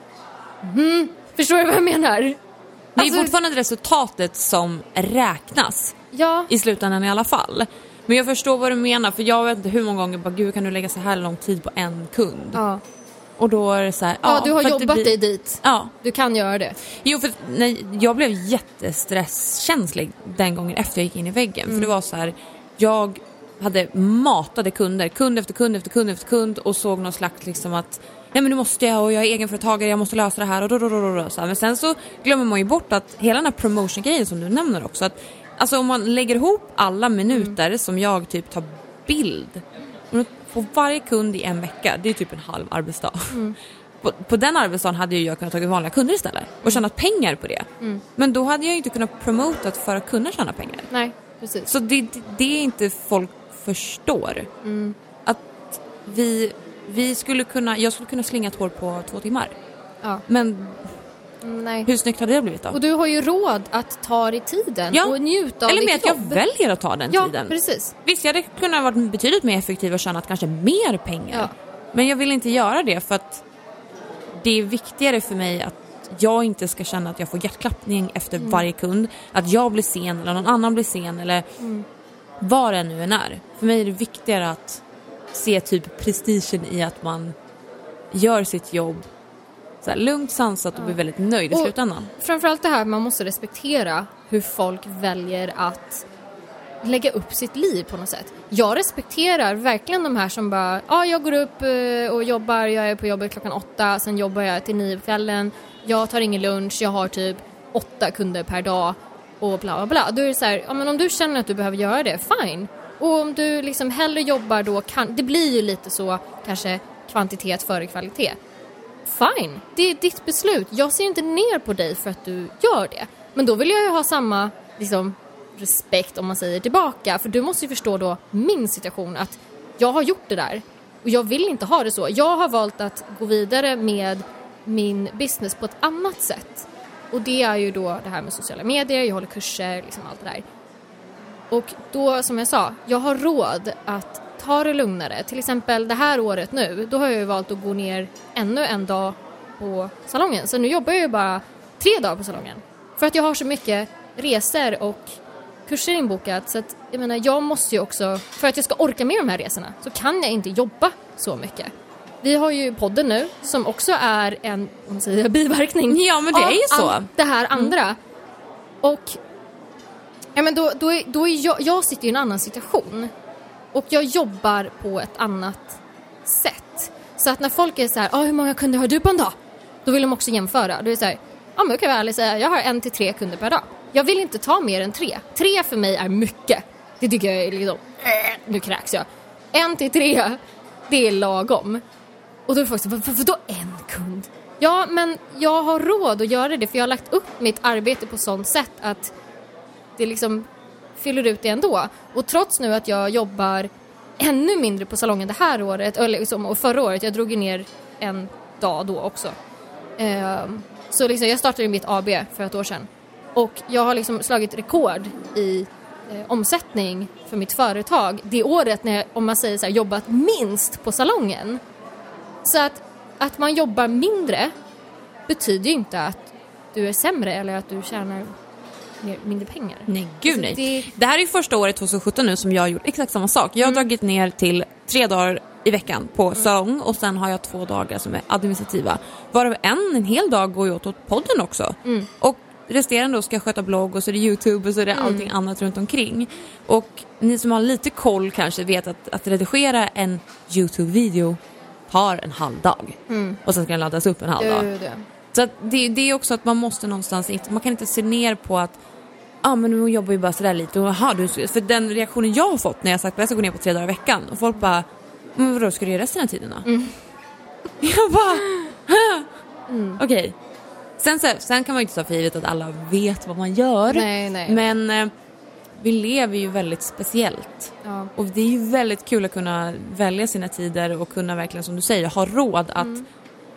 mm, förstår du vad jag menar? Det är alltså, fortfarande resultatet som räknas ja. I slutändan i alla fall. Men jag förstår vad du menar, för jag vet inte hur många gånger bara, gud, kan du lägga så här lång tid på en kund? Ja. Och då är det så här, ja, ja, du har jobbat blir... dig dit. Ja. Du kan göra det. Jo, för nej, jag blev jättestresskänslig den gången efter jag gick in i väggen. Mm. För det var så här, jag hade matade kunder, kund efter kund efter kund efter kund och såg någon slags liksom att nej, men nu måste jag, och jag är egenföretagare, jag måste lösa det här och då, då, då, då, så här. Men sen så glömmer man ju bort att hela den här promotion-grejen som du nämner också, att alltså om man lägger ihop alla minuter mm. som jag typ tar bild på varje kund i en vecka, det är typ en halv arbetsdag. Mm. På, på den arbetsdagen hade ju jag kunnat ta vanliga kunder istället och tjänat pengar på det. Mm. Men då hade jag inte kunnat promota för att kunna tjäna pengar. Nej, precis. Så det, det, det är inte folk förstår. Mm. Att vi, vi skulle kunna, jag skulle kunna slinga ett hår på två timmar. Ja. Men nej. Hur snyggt hade det blivit då? Och du har ju råd att ta dig tiden ja. och njuta av eller med ditt att jag jobb. väljer att ta den ja, tiden. Precis. Visst, jag hade kunnat vara betydligt mer effektiv och tjänat kanske mer pengar. Ja. Men jag vill inte göra det för att det är viktigare för mig att jag inte ska känna att jag får hjärtklappning efter mm. varje kund. Att jag blir sen eller någon annan blir sen eller mm. vad det nu än är. För mig är det viktigare att se typ prestigen i att man gör sitt jobb så här lugnt, sansat och ja. Blir väldigt nöjd i och slutändan. Framförallt det här, man måste respektera hur folk väljer att lägga upp sitt liv på något sätt. Jag respekterar verkligen de här som bara, ja, jag går upp och jobbar, jag är på jobbet klockan åtta, sen jobbar jag till nio på kvällen, jag tar ingen lunch, jag har typ åtta kunder per dag och bla bla bla. Då är det så här, ja, men om du känner att du behöver göra det, fine. Och om du liksom hellre jobbar då, kan, det blir ju lite så kanske kvantitet före kvalitet. Fine, det är ditt beslut. Jag ser inte ner på dig för att du gör det. Men då vill jag ju ha samma liksom, respekt om man säger tillbaka. För du måste ju förstå då min situation. Att jag har gjort det där. Och jag vill inte ha det så. Jag har valt att gå vidare med min business på ett annat sätt. Och det är ju då det här med sociala medier, jag håller kurser, liksom allt det där. Och då, som jag sa, jag har råd att ta det lugnare. Till exempel det här året nu, då har jag ju valt att gå ner ännu en dag på salongen. Så nu jobbar jag ju bara tre dagar på salongen. För att jag har så mycket resor och kurser inbokat. Så att, jag menar, jag måste ju också, för att jag ska orka med de här resorna, så kan jag inte jobba så mycket. Vi har ju podden nu som också är en, om man säger, biverkning. Ja, men det är ju så. Det här andra. Mm. Och ja, men då, då, är, då är jag, jag sitter i en annan situation. Och jag jobbar på ett annat sätt. Så att när folk är så här, ah, hur många kunder har du på en dag? Då vill de också jämföra. Då är det så här, ja, men jag kan väl säga, jag har en till tre kunder per dag. Jag vill inte ta mer än tre. Tre för mig är mycket. Det tycker jag är liksom, äh, nu kräks jag. En till tre, det är lagom. Och då är folk så, varför då en kund? Ja, men jag har råd att göra det, för jag har lagt upp mitt arbete på sånt sätt att det liksom fyller ut det ändå. Och trots nu att jag jobbar ännu mindre på salongen det här året, eller liksom, och förra året, jag drog ner en dag då också. Um, så liksom, jag startade mitt A B för ett år sedan. Och jag har liksom slagit rekord i eh, omsättning för mitt företag det året när jag, om man säger så här, jobbat minst på salongen. Så att, att man jobbar mindre betyder ju inte att du är sämre eller att du tjänar mer, mindre pengar. Nej, gud alltså, nej. Det... det här är ju första året tjugosjutton nu som jag har gjort exakt samma sak. Jag har mm. dragit ner till tre dagar i veckan på mm. salong och sen har jag två dagar som är administrativa. Varav en, en hel dag går ju åt, åt podden också. Mm. Och resterande då ska jag sköta blogg och så är det YouTube och så är det mm. allting annat runt omkring. Och ni som har lite koll kanske vet att, att redigera en YouTube-video tar en halv dag. Mm. Och sen ska den laddas upp en halv dag. Det, det. Så att det, det är också att man måste någonstans, man kan inte se ner på att ja, ah, men nu jobbar ju bara sådär lite. Och, aha, du, för den reaktionen jag har fått när jag sagt att jag ska gå ner på tre dagar i veckan. Och folk bara, men vadå, ska du göra resten av tiden då? Mm. Jag bara, mm. okej. Okay. Sen, sen kan man ju inte ta för givet att alla vet vad man gör. Nej, nej. Men eh, vi lever ju väldigt speciellt. Ja. Och det är ju väldigt kul att kunna välja sina tider och kunna verkligen, som du säger, ha råd att mm.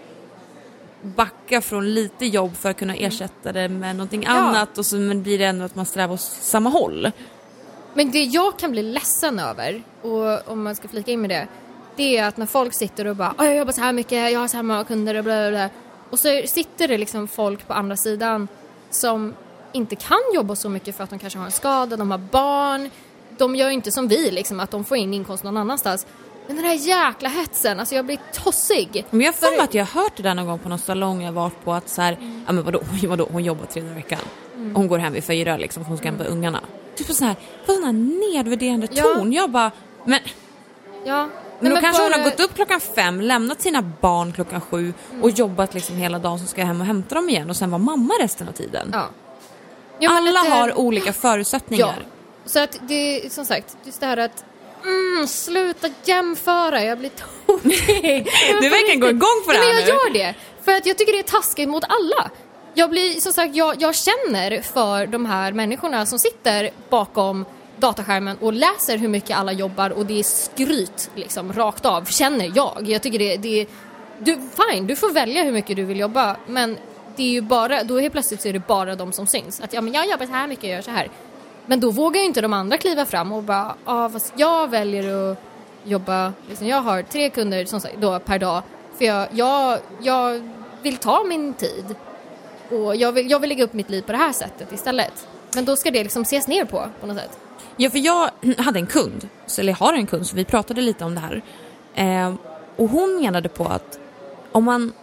backa från lite jobb för att kunna ersätta det med någonting ja. annat. Och så men blir det ändå att man strävar åt samma håll. Men det jag kan bli ledsen över, och om man ska flika in med det, det är att när folk sitter och bara, jag jobbar så här mycket, jag har så här många kunder och bla bla bla. Och så sitter det liksom folk på andra sidan som inte kan jobba så mycket för att de kanske har en skada, de har barn. De gör inte som vi, liksom, att de får in inkomst någon annanstans. Men den här jäkla hetsen, alltså jag blir tossig. Men jag får för... att jag har hört det där någon gång på någon salong jag varit på att så här, mm. ja men vadå, vadå, hon jobbar tre dagar i veckan. Mm. Hon går hem vid fyra liksom, för hon ska hämta mm. ungarna. Typ på sån här, på sån här nedvärderande ton. Ja. Jag bara, men... Ja. Men då men kanske bara... hon har gått upp klockan fem, lämnat sina barn klockan sju mm. och jobbat liksom hela dagen, så ska jag hem och hämta dem igen och sen vara mamma resten av tiden. Ja. Jo, alla lite... har olika förutsättningar. Ja. Så att det är som sagt, just det här att mm, sluta jämföra, jag blir tokig. Du verkar gå igång på det här. Men jag nu. gör det, för att jag tycker det är taskigt mot alla. Jag blir, som sagt, jag, jag känner för de här människorna som sitter bakom dataskärmen och läser hur mycket alla jobbar, och det är skryt liksom rakt av, känner jag. Jag tycker det, det är du, fine, du får välja hur mycket du vill jobba, men det är ju bara, då helt plötsligt så är det bara de som syns. Att ja, men jag jobbar så här mycket, jag gör så här. Men då vågar ju inte de andra kliva fram och bara, ja, fast jag väljer att jobba, liksom, jag har tre kunder som sagt, då, per dag. För jag, jag, jag vill ta min tid. Och jag vill, jag vill lägga upp mitt liv på det här sättet istället. Men då ska det liksom ses ner på, på något sätt. Ja, för jag hade en kund, eller jag har en kund, så vi pratade lite om det här. Eh, och hon menade på att om man...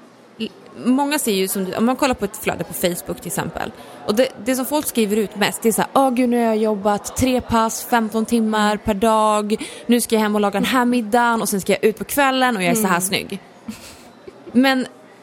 Många ser ju, som, om man kollar på ett flöde på Facebook till exempel, och det, det som folk skriver ut mest, det är så här, åh gud, nu har jag jobbat tre pass, femton timmar per dag, nu ska jag hem och laga den här middagen och sen ska jag ut på kvällen och jag är så här mm. snygg. Men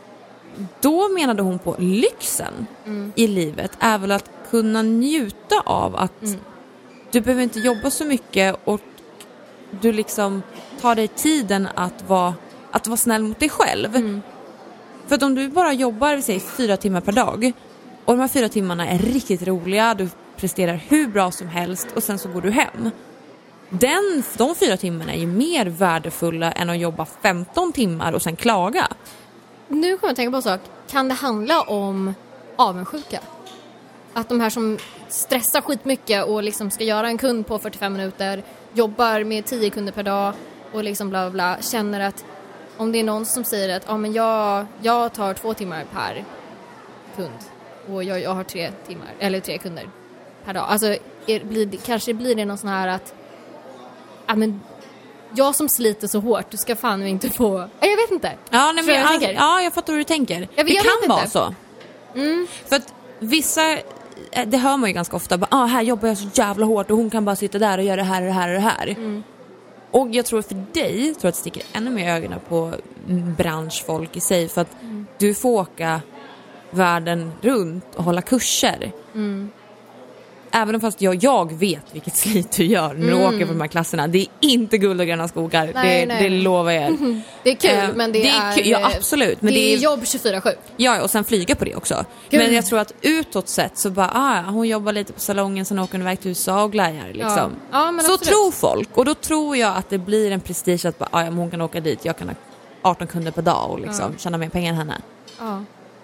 då menade hon på lyxen mm. i livet är väl att kunna njuta av att mm. du behöver inte jobba så mycket och du liksom tar dig tiden att vara, att vara snäll mot dig själv. Mm. För att om du bara jobbar, vi säger, fyra timmar per dag, och de här fyra timmarna är riktigt roliga, du presterar hur bra som helst och sen så går du hem. den, de fyra timmarna är ju mer värdefulla än att jobba femton timmar och sen klaga. Nu kommer jag tänka på en sak. Kan det handla om avundsjuka? Att de här som stressar skitmycket och liksom ska göra en kund på fyrtiofem minuter, jobbar med tio kunder per dag och liksom bla bla, känner att om det är någon som säger att ja, men jag, jag tar två timmar per kund och jag, jag har tre timmar eller tre kunder per dag. Alltså är, blir det, kanske blir det någon sån här att ja, men jag som sliter så hårt, du ska fan inte få... Jag vet inte. Ja, nej, men jag, jag, jag ja, jag fattar hur du tänker. Jag, det jag kan vara inte. så. Mm. För att vissa, det hör man ju ganska ofta, bara, ah, här jobbar jag så jävla hårt och hon kan bara sitta där och göra det här och det här och det här. Mm. Och jag tror för dig, tror att det sticker ännu mer i ögonen på branschfolk i sig, för att mm. du får åka världen runt och hålla kurser. Mm. Även fast jag, jag vet vilket slit du gör när du Mm. åker på de här klasserna. Det är inte guld och gröna skogar. Nej, det, nej. det lovar jag er. Det är kul, Eh, men det, det är... är kul, ja, absolut. Men det, det är är jobb tjugofyra sju. Ja, och sen flyga på det också. Gud. Men jag tror att utåt sett så bara, ah, hon jobbar lite på salongen, sen åker hon iväg till U S A och glajar liksom. Ja. Ja, men så absolut. tror folk. Och då tror jag att det blir en prestige att bara, ah, ja, men hon kan åka dit, jag kan ha arton kunder per dag och liksom Ja. tjäna mer pengar än henne. Ja.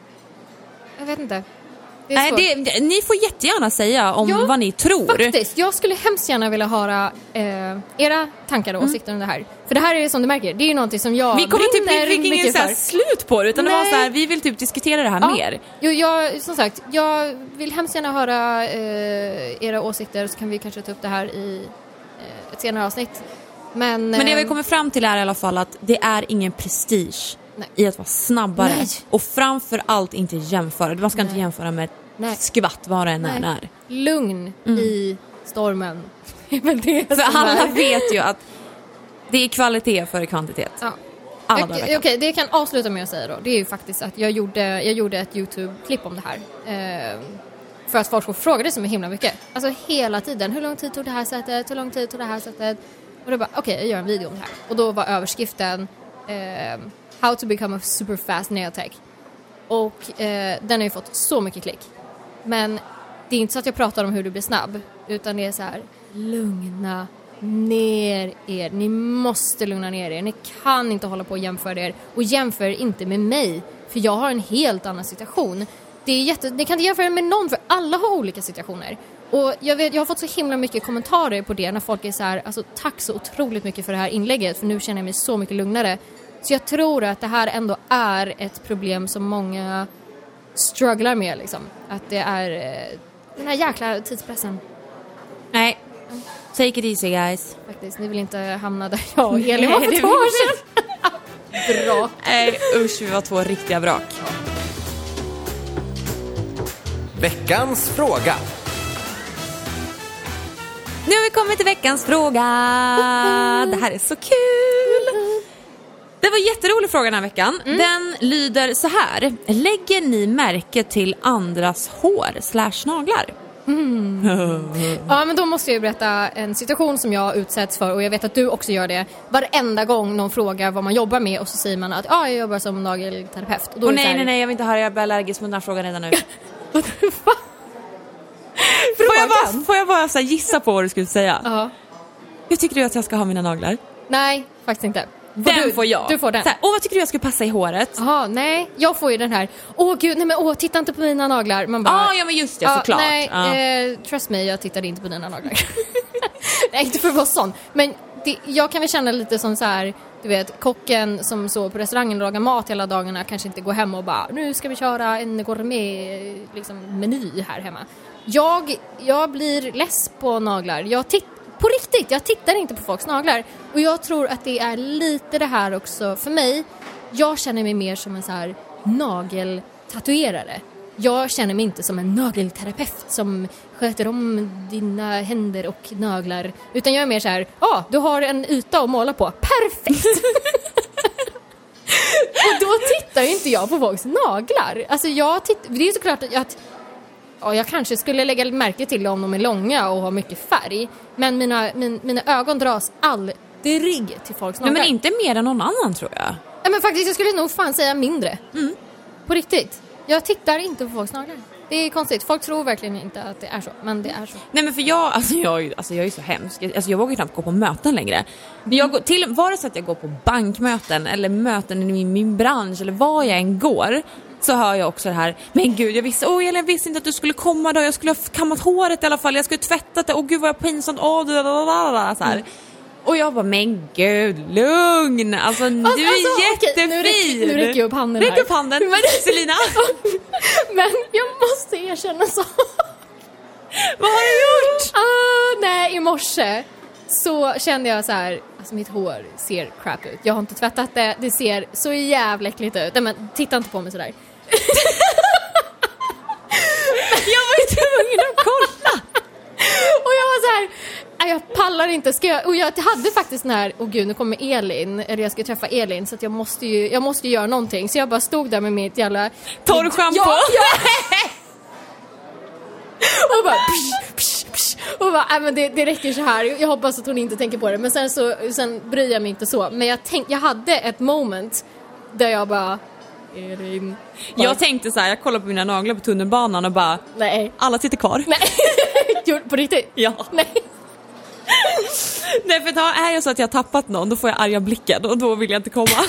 Jag vet inte. Det är Nej, svårt. det, det, ni får jättegärna säga om Ja, vad ni tror. Faktiskt, jag skulle hemskt gärna vilja höra eh, era tankar och åsikter om det här. För det här är som du märker, det är ju någonting som jag Vi kommer typ, brinner vi fick ingen mycket så här för. slut på det, utan det var Nej. så här, vi vill typ diskutera det här Ja. mer. Jo, jag, som sagt, jag vill hemskt gärna höra eh, era åsikter, så kan vi kanske ta upp det här i eh, ett senare avsnitt. Men, Men det vi eh, kommer fram till är i alla fall att det är ingen prestige Nej. i att vara snabbare. Nej. Och framför allt inte jämföra. Man ska inte Nej. jämföra med Nej. skvatt vad det än är. Nej. Lugn Mm. i stormen. Det är väl det För som alla är. vet ju att det är kvalitet före kvantitet. Ja. Alla dagar i Okej, veckan. okej, det jag kan avsluta med att säga då, det är ju faktiskt att jag gjorde, jag gjorde ett YouTube-klipp om det här. Eh, för att folk frågade så himla mycket. Alltså hela tiden, hur lång tid tog det här sättet? Hur lång tid tog det här sättet? Och då bara, okej, jag gör en video om det här. Och då var överskriften eh, How to become a super fast nail tech. Och eh, den har ju fått så mycket klick. Men det är inte så att jag pratar om hur du blir snabb, utan det är så här, lugna ner er. Ni måste lugna ner er. Ni kan inte hålla på och jämföra er. Och jämför inte med mig, för jag har en helt annan situation. Det är jätte, ni kan inte jämföra med någon, för alla har olika situationer. Och jag, vet, jag har fått så himla mycket kommentarer på det när folk är så här, alltså tack så otroligt mycket för det här inlägget, för nu känner jag mig så mycket lugnare. Så jag tror att det här ändå är ett problem som många strugglar med liksom. Att det är eh, den här jäkla tidspressen. Nej, take it easy guys. Faktiskt, ni vill inte hamna där jag och Elin Nej, var det för vill två år sedan. Bra. Nej, usch, vi var två riktiga brak. Veckans fråga. Nu har vi kommit till veckans fråga. Det här är så kul. Det var en jätterolig fråga den här veckan. Mm. Den lyder så här. Lägger ni märke till andras hår slash naglar? Ja, men då måste jag ju berätta en situation som jag utsätts för, och jag vet att du också gör det. Varenda gång någon frågar vad man jobbar med, och så säger man att ah, jag jobbar som nagelterapeut. Och då Och är det nej, så här, nej, nej, jag vill inte höra, jag blir allergisk mot den här frågan redan nu. Va? Får jag bara, får jag bara så här gissa på vad du skulle säga? Ja. Hur tycker du att jag ska ha mina naglar? Nej, faktiskt inte. Den du, får jag. Du får den. Så här, åh, vad tycker du jag ska passa i håret? Jaha, nej. Jag får ju den här. Åh gud, nej men åh, titta inte på mina naglar. Man bara, Ah, ja, men just det, såklart. Nej, Ja. eh, trust me, jag tittade inte på dina naglar. Nej, inte för att vara sån. Men det, jag kan väl känna lite som så här, du vet, kocken som så på restaurangen och lagar mat hela dagarna kanske inte går hem och bara, nu ska vi köra en gourmet liksom, meny här hemma. Jag, jag blir less på naglar. Jag tittar på riktigt, jag tittar inte på folks naglar. Och jag tror att det är lite det här också för mig. Jag känner mig mer som en så här nageltatuerare. Jag känner mig inte som en nagelterapeut som sköter om dina händer och naglar. Utan jag är mer så här, ja, ah, du har en yta att måla på. Perfekt! Och då tittar ju inte jag på folks naglar. Alltså jag tittar, det är ju såklart att ja, jag kanske skulle lägga märke till om de är långa och har mycket färg. Men mina, min, mina ögon dras aldrig till folks naglar. Nej, men inte mer än någon annan, tror jag. Ja, men faktiskt, jag skulle nog fan säga mindre. Mm. På riktigt. Jag tittar inte på folks naglar. Det är konstigt. Folk tror verkligen inte att det är så, men det är så. Nej, men för jag, alltså jag, alltså jag är så hemsk. Alltså jag vågar knappt gå på möten längre. Jag går, till, vare sig att jag går på bankmöten eller möten i min, min bransch eller var jag än går, så hör jag också det här. Men gud, jag visste, åh, jag visste inte att du skulle komma då. Jag skulle ha kammat håret i alla fall. Jag skulle ha tvättat det. Åh gud vad jag pinsamt. Åh, så här. Mm. Och jag bara, men gud, lugn. Alltså, alltså du är alltså, jättefin. Okej, nu, räcker, nu räcker jag upp handen här. Räcker upp handen, men, Selina. Men jag måste erkänna så. Vad har du gjort? Uh, nej, i morse så kände jag så här, alltså mitt hår ser crap ut. Jag har inte tvättat det, det ser så jävla äckligt ut. Nej, men titta inte på mig sådär. Jag var ju tvungen att kolla. Och jag var så här, jag pallar inte. Ska jag, och jag hade faktiskt den här, åh gud, nu kommer Elin, eller jag ska träffa Elin, så att jag måste ju, jag måste ju göra någonting. Så jag bara stod där med mitt jävla torrschampo. Ja, ja. Och bara psh, psh, psh. Och bara, äh, men det, det räcker så här. Jag hoppas att hon inte tänker på det. Men sen så sen bryr jag mig inte så. Men jag tänk, jag hade ett moment där jag bara Elin. Bara, jag tänkte så här, jag kollade på mina naglar på tunnelbanan och bara, nej. Alla sitter kvar. Nej. På riktigt? Ja. Nej. Nej, för då är jag så att jag har tappat någon, då får jag arga blicken och då vill jag inte komma.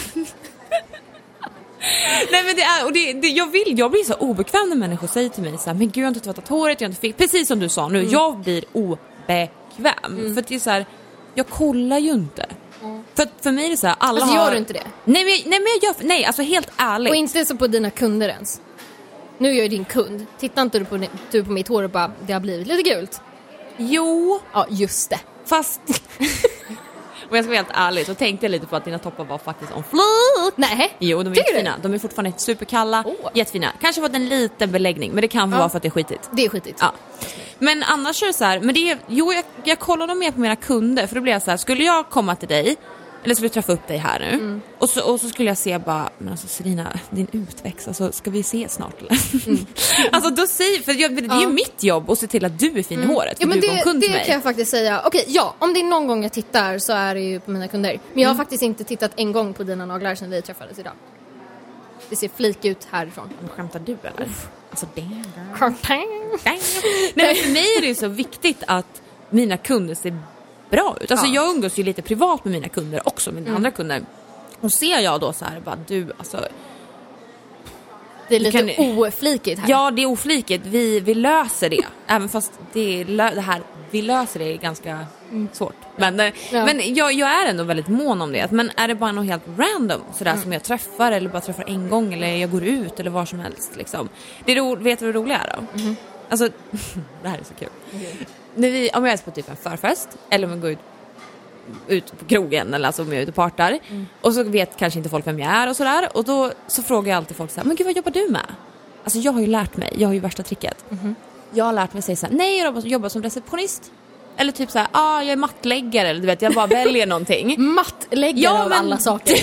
Nej, men det är, och det, det, jag vill, jag blir så obekväm när människor säger till mig så här, men gud, jag har inte tvättat håret, jag har inte fick, precis som du sa nu, mm. jag blir obekväm. Mm. För det är så här, jag kollar ju inte. Mm. För, för mig är det så här, alla alltså, har... gör du inte det? Nej, men, nej, men jag gör, nej, alltså helt ärligt. Och inte så på dina kunder ens. Nu är jag din kund. Tittar inte du på, du på mitt hår och bara, det har blivit lite gult. Jo. Ja, just det. Fast... Och jag ska vara helt ärlig, så tänkte jag lite på att dina toppar var faktiskt on fleek. Nej. Jo, de är jättefina. De är fortfarande superkalla. Oh. Jättefina. Kanske fått en liten beläggning, men det kan ja. vara för att det är skitigt. Det är skitigt. Ja. Men annars är det så här, men det är, jo, jag, jag kollar nog mer på mina kunder, för då blir jag så här, skulle jag komma till dig, eller skulle jag träffa upp dig här nu, mm. och, så, och så skulle jag se bara, men alltså Selina, din utväxt, alltså ska vi se snart eller? Mm. Alltså då säger, för jag, det är ja. ju mitt jobb att se till att du är fin i mm. håret, för ja, men du det, är en kund det till mig. kan jag faktiskt säga. Okej, ja, om det är någon gång jag tittar så är det ju på mina kunder. Men jag har mm. faktiskt inte tittat en gång på dina naglar sedan vi träffades idag. Det ser flik ut härifrån. Men skämtar du eller? Uff. Alltså damn girl. Dang. Dang. Nej, men för mig är det ju så viktigt att mina kunder ser bra ut. Alltså ja. jag umgås ju lite privat med mina kunder också, mina mm. andra kunder. Och ser jag då så här, bara du, alltså... Det är lite kan... oflikigt här. Ja, det är oflikigt. Vi, vi löser det. Även fast det, är lö... det här, vi löser det är ganska mm. svårt. Men, ja. men jag, jag är ändå väldigt mån om det. Men är det bara något helt random sådär mm. som jag träffar, eller bara träffar en gång, eller jag går ut, eller vad som helst liksom. Det är ro... Vet du vad det roliga är då? Mm. Alltså, det här är så kul. Okay. När vi, om jag är på typ en förfest, eller om jag går ut ut på krogen, eller alltså om jag är ute och partar, mm. och så vet kanske inte folk vem jag är och sådär, och då så frågar jag alltid folk så här, men gud, vad jobbar du med? Alltså jag har ju lärt mig, jag har ju värsta tricket. Mm. Jag har lärt mig säga så här, nej, jag jobbar, jobbar som receptionist. Eller typ så här, ah, jag är mattläggare, eller du vet, jag bara väljer någonting. Mattläggare ja, av men, alla saker.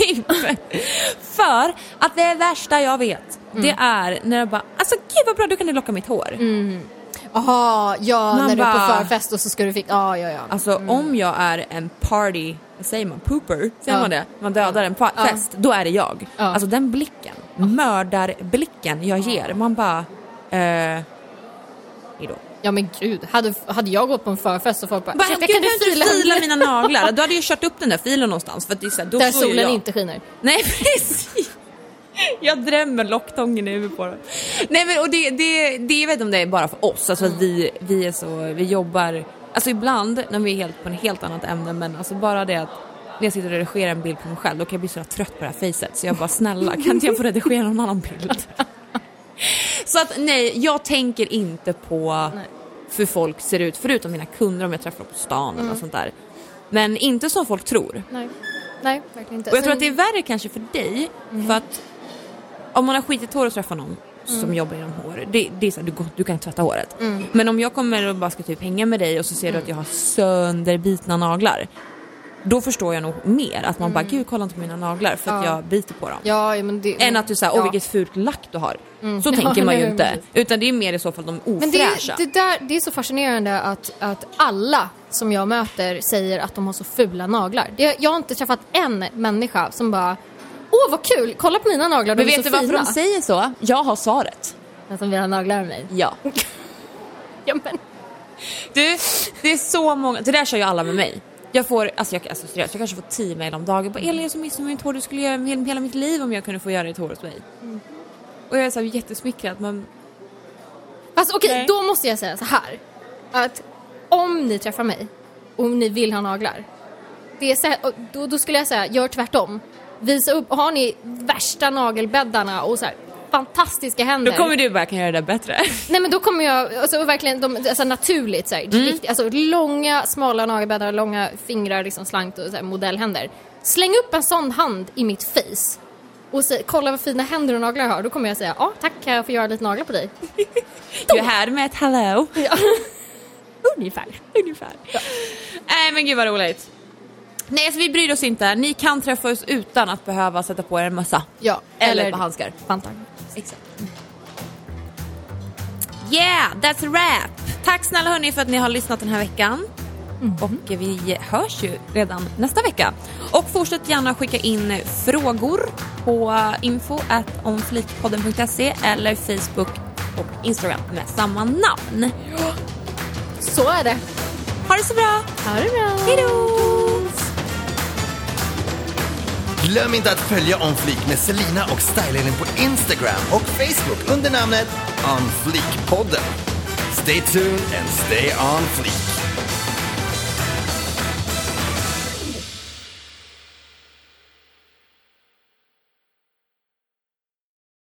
För att det värsta jag vet, mm. det är när jag bara, alltså gud vad bra, du kan du locka mitt hår. Mm. Aha, ja, man när du är på förfest och så ska du fick, ah, ja, ja. Alltså mm. om jag är en party, vad säger man, pooper, säger ja. man det? Man dödar en pa- fest, ja. då är det jag. Ja. Alltså den blicken, mördarblicken jag ger, man bara, eh, hejdå. Ja men gud, hade, hade jag gått på en förfest och folk bara, bara jag kan du fila, fila mina naglar? Då hade jag kört upp den där filen någonstans, för att det är så här, då där solen jag. inte skiner. Nej, precis. Jag drämmer locktången i huvudet på dem. Nej, men och det, det, det jag vet inte om det är bara för oss. Alltså att vi, vi är så, vi jobbar. Alltså ibland när vi är helt på en helt annat ämne. Men alltså bara det att när jag sitter och redigerar en bild på mig själv, då kan jag bli så trött på det här facet. Så jag bara, snälla, kan inte jag få redigera någon annan bild? Så att nej, jag tänker inte på nej. hur folk ser ut. Förutom mina kunder om jag träffar på stan mm. eller sånt där. Men inte som folk tror. Nej, nej verkligen inte. Och jag tror att det är värre kanske för dig. Mm. För att om man har skitit hår och träffar någon mm. som jobbar inom hår, det, det är så här, du, du kan tvätta håret. Mm. Men om jag kommer och bara ska typ hänga med dig och så ser mm. du att jag har sönderbitna naglar, då förstår jag nog mer att man mm. bara, gud, kolla inte på mina naglar för att ja. jag biter på dem. Ja, men det, än att du säger, åh, ja. vilket fult lack du har. Mm. Så ja, tänker man ju inte. Utan det är mer i så fall de ofräscha. Men det, det, där, det är så fascinerande att, att alla som jag möter säger att de har så fula naglar. Det, jag har inte träffat en människa som bara, åh vad kul, kolla på mina naglar, de men är vet så du fina. Varför de säger så? Jag har svaret. Den som vill ha naglar med mig. Ja. Ja, men. Du, det är så många, det där kör ju alla med mig. Jag får, alltså jag, alltså seriöst, jag kanske får tio mejl om dagen. På Elin, jag är så missnöjd med mitt hår, du skulle göra hela, hela mitt liv om jag kunde få göra ett hår hos mig. Mm. Och jag är så här jättesmickrad, men... Fast okej, Nej. då måste jag säga så här. Att om ni träffar mig och ni vill ha naglar, det är så här, då, då skulle jag säga, gör tvärtom. Visa upp, har ni värsta nagelbäddarna och så här fantastiska händer. Då kommer du bara kan göra det bättre. Nej, men då kommer jag, alltså verkligen, de, alltså naturligt så här, Mm. riktigt, alltså långa, smala nagelbäddar, långa fingrar, liksom slankt och så här, modellhänder. Släng upp en sån hand i mitt face och säg, kolla vad fina händer och naglar jag har. Då kommer jag säga, ja tack, kan jag få göra lite naglar på dig? Du är här med ett hello. Ja. Ungefär. Ungefär. Ja. Nej, men gud vad roligt. Nej, alltså vi bryr oss inte. Ni kan träffa oss utan att behöva sätta på er en mössa. Ja, Eller, eller på handskar. Fantastiskt. Exakt. Yeah, that's a wrap. Tack snälla hörni för att ni har lyssnat den här veckan. Mm. Och vi hörs ju redan nästa vecka. Och fortsätt gärna skicka in frågor på info at onflikpodden punkt se eller Facebook och Instagram med samma namn. Ja. Så är det. Ha det så bra. Ha det bra. Hejdå. Glöm inte att följa On Fleek med Selina och Style-Elin på Instagram och Facebook under namnet On Fleek-podden. Stay tuned and stay on fleek.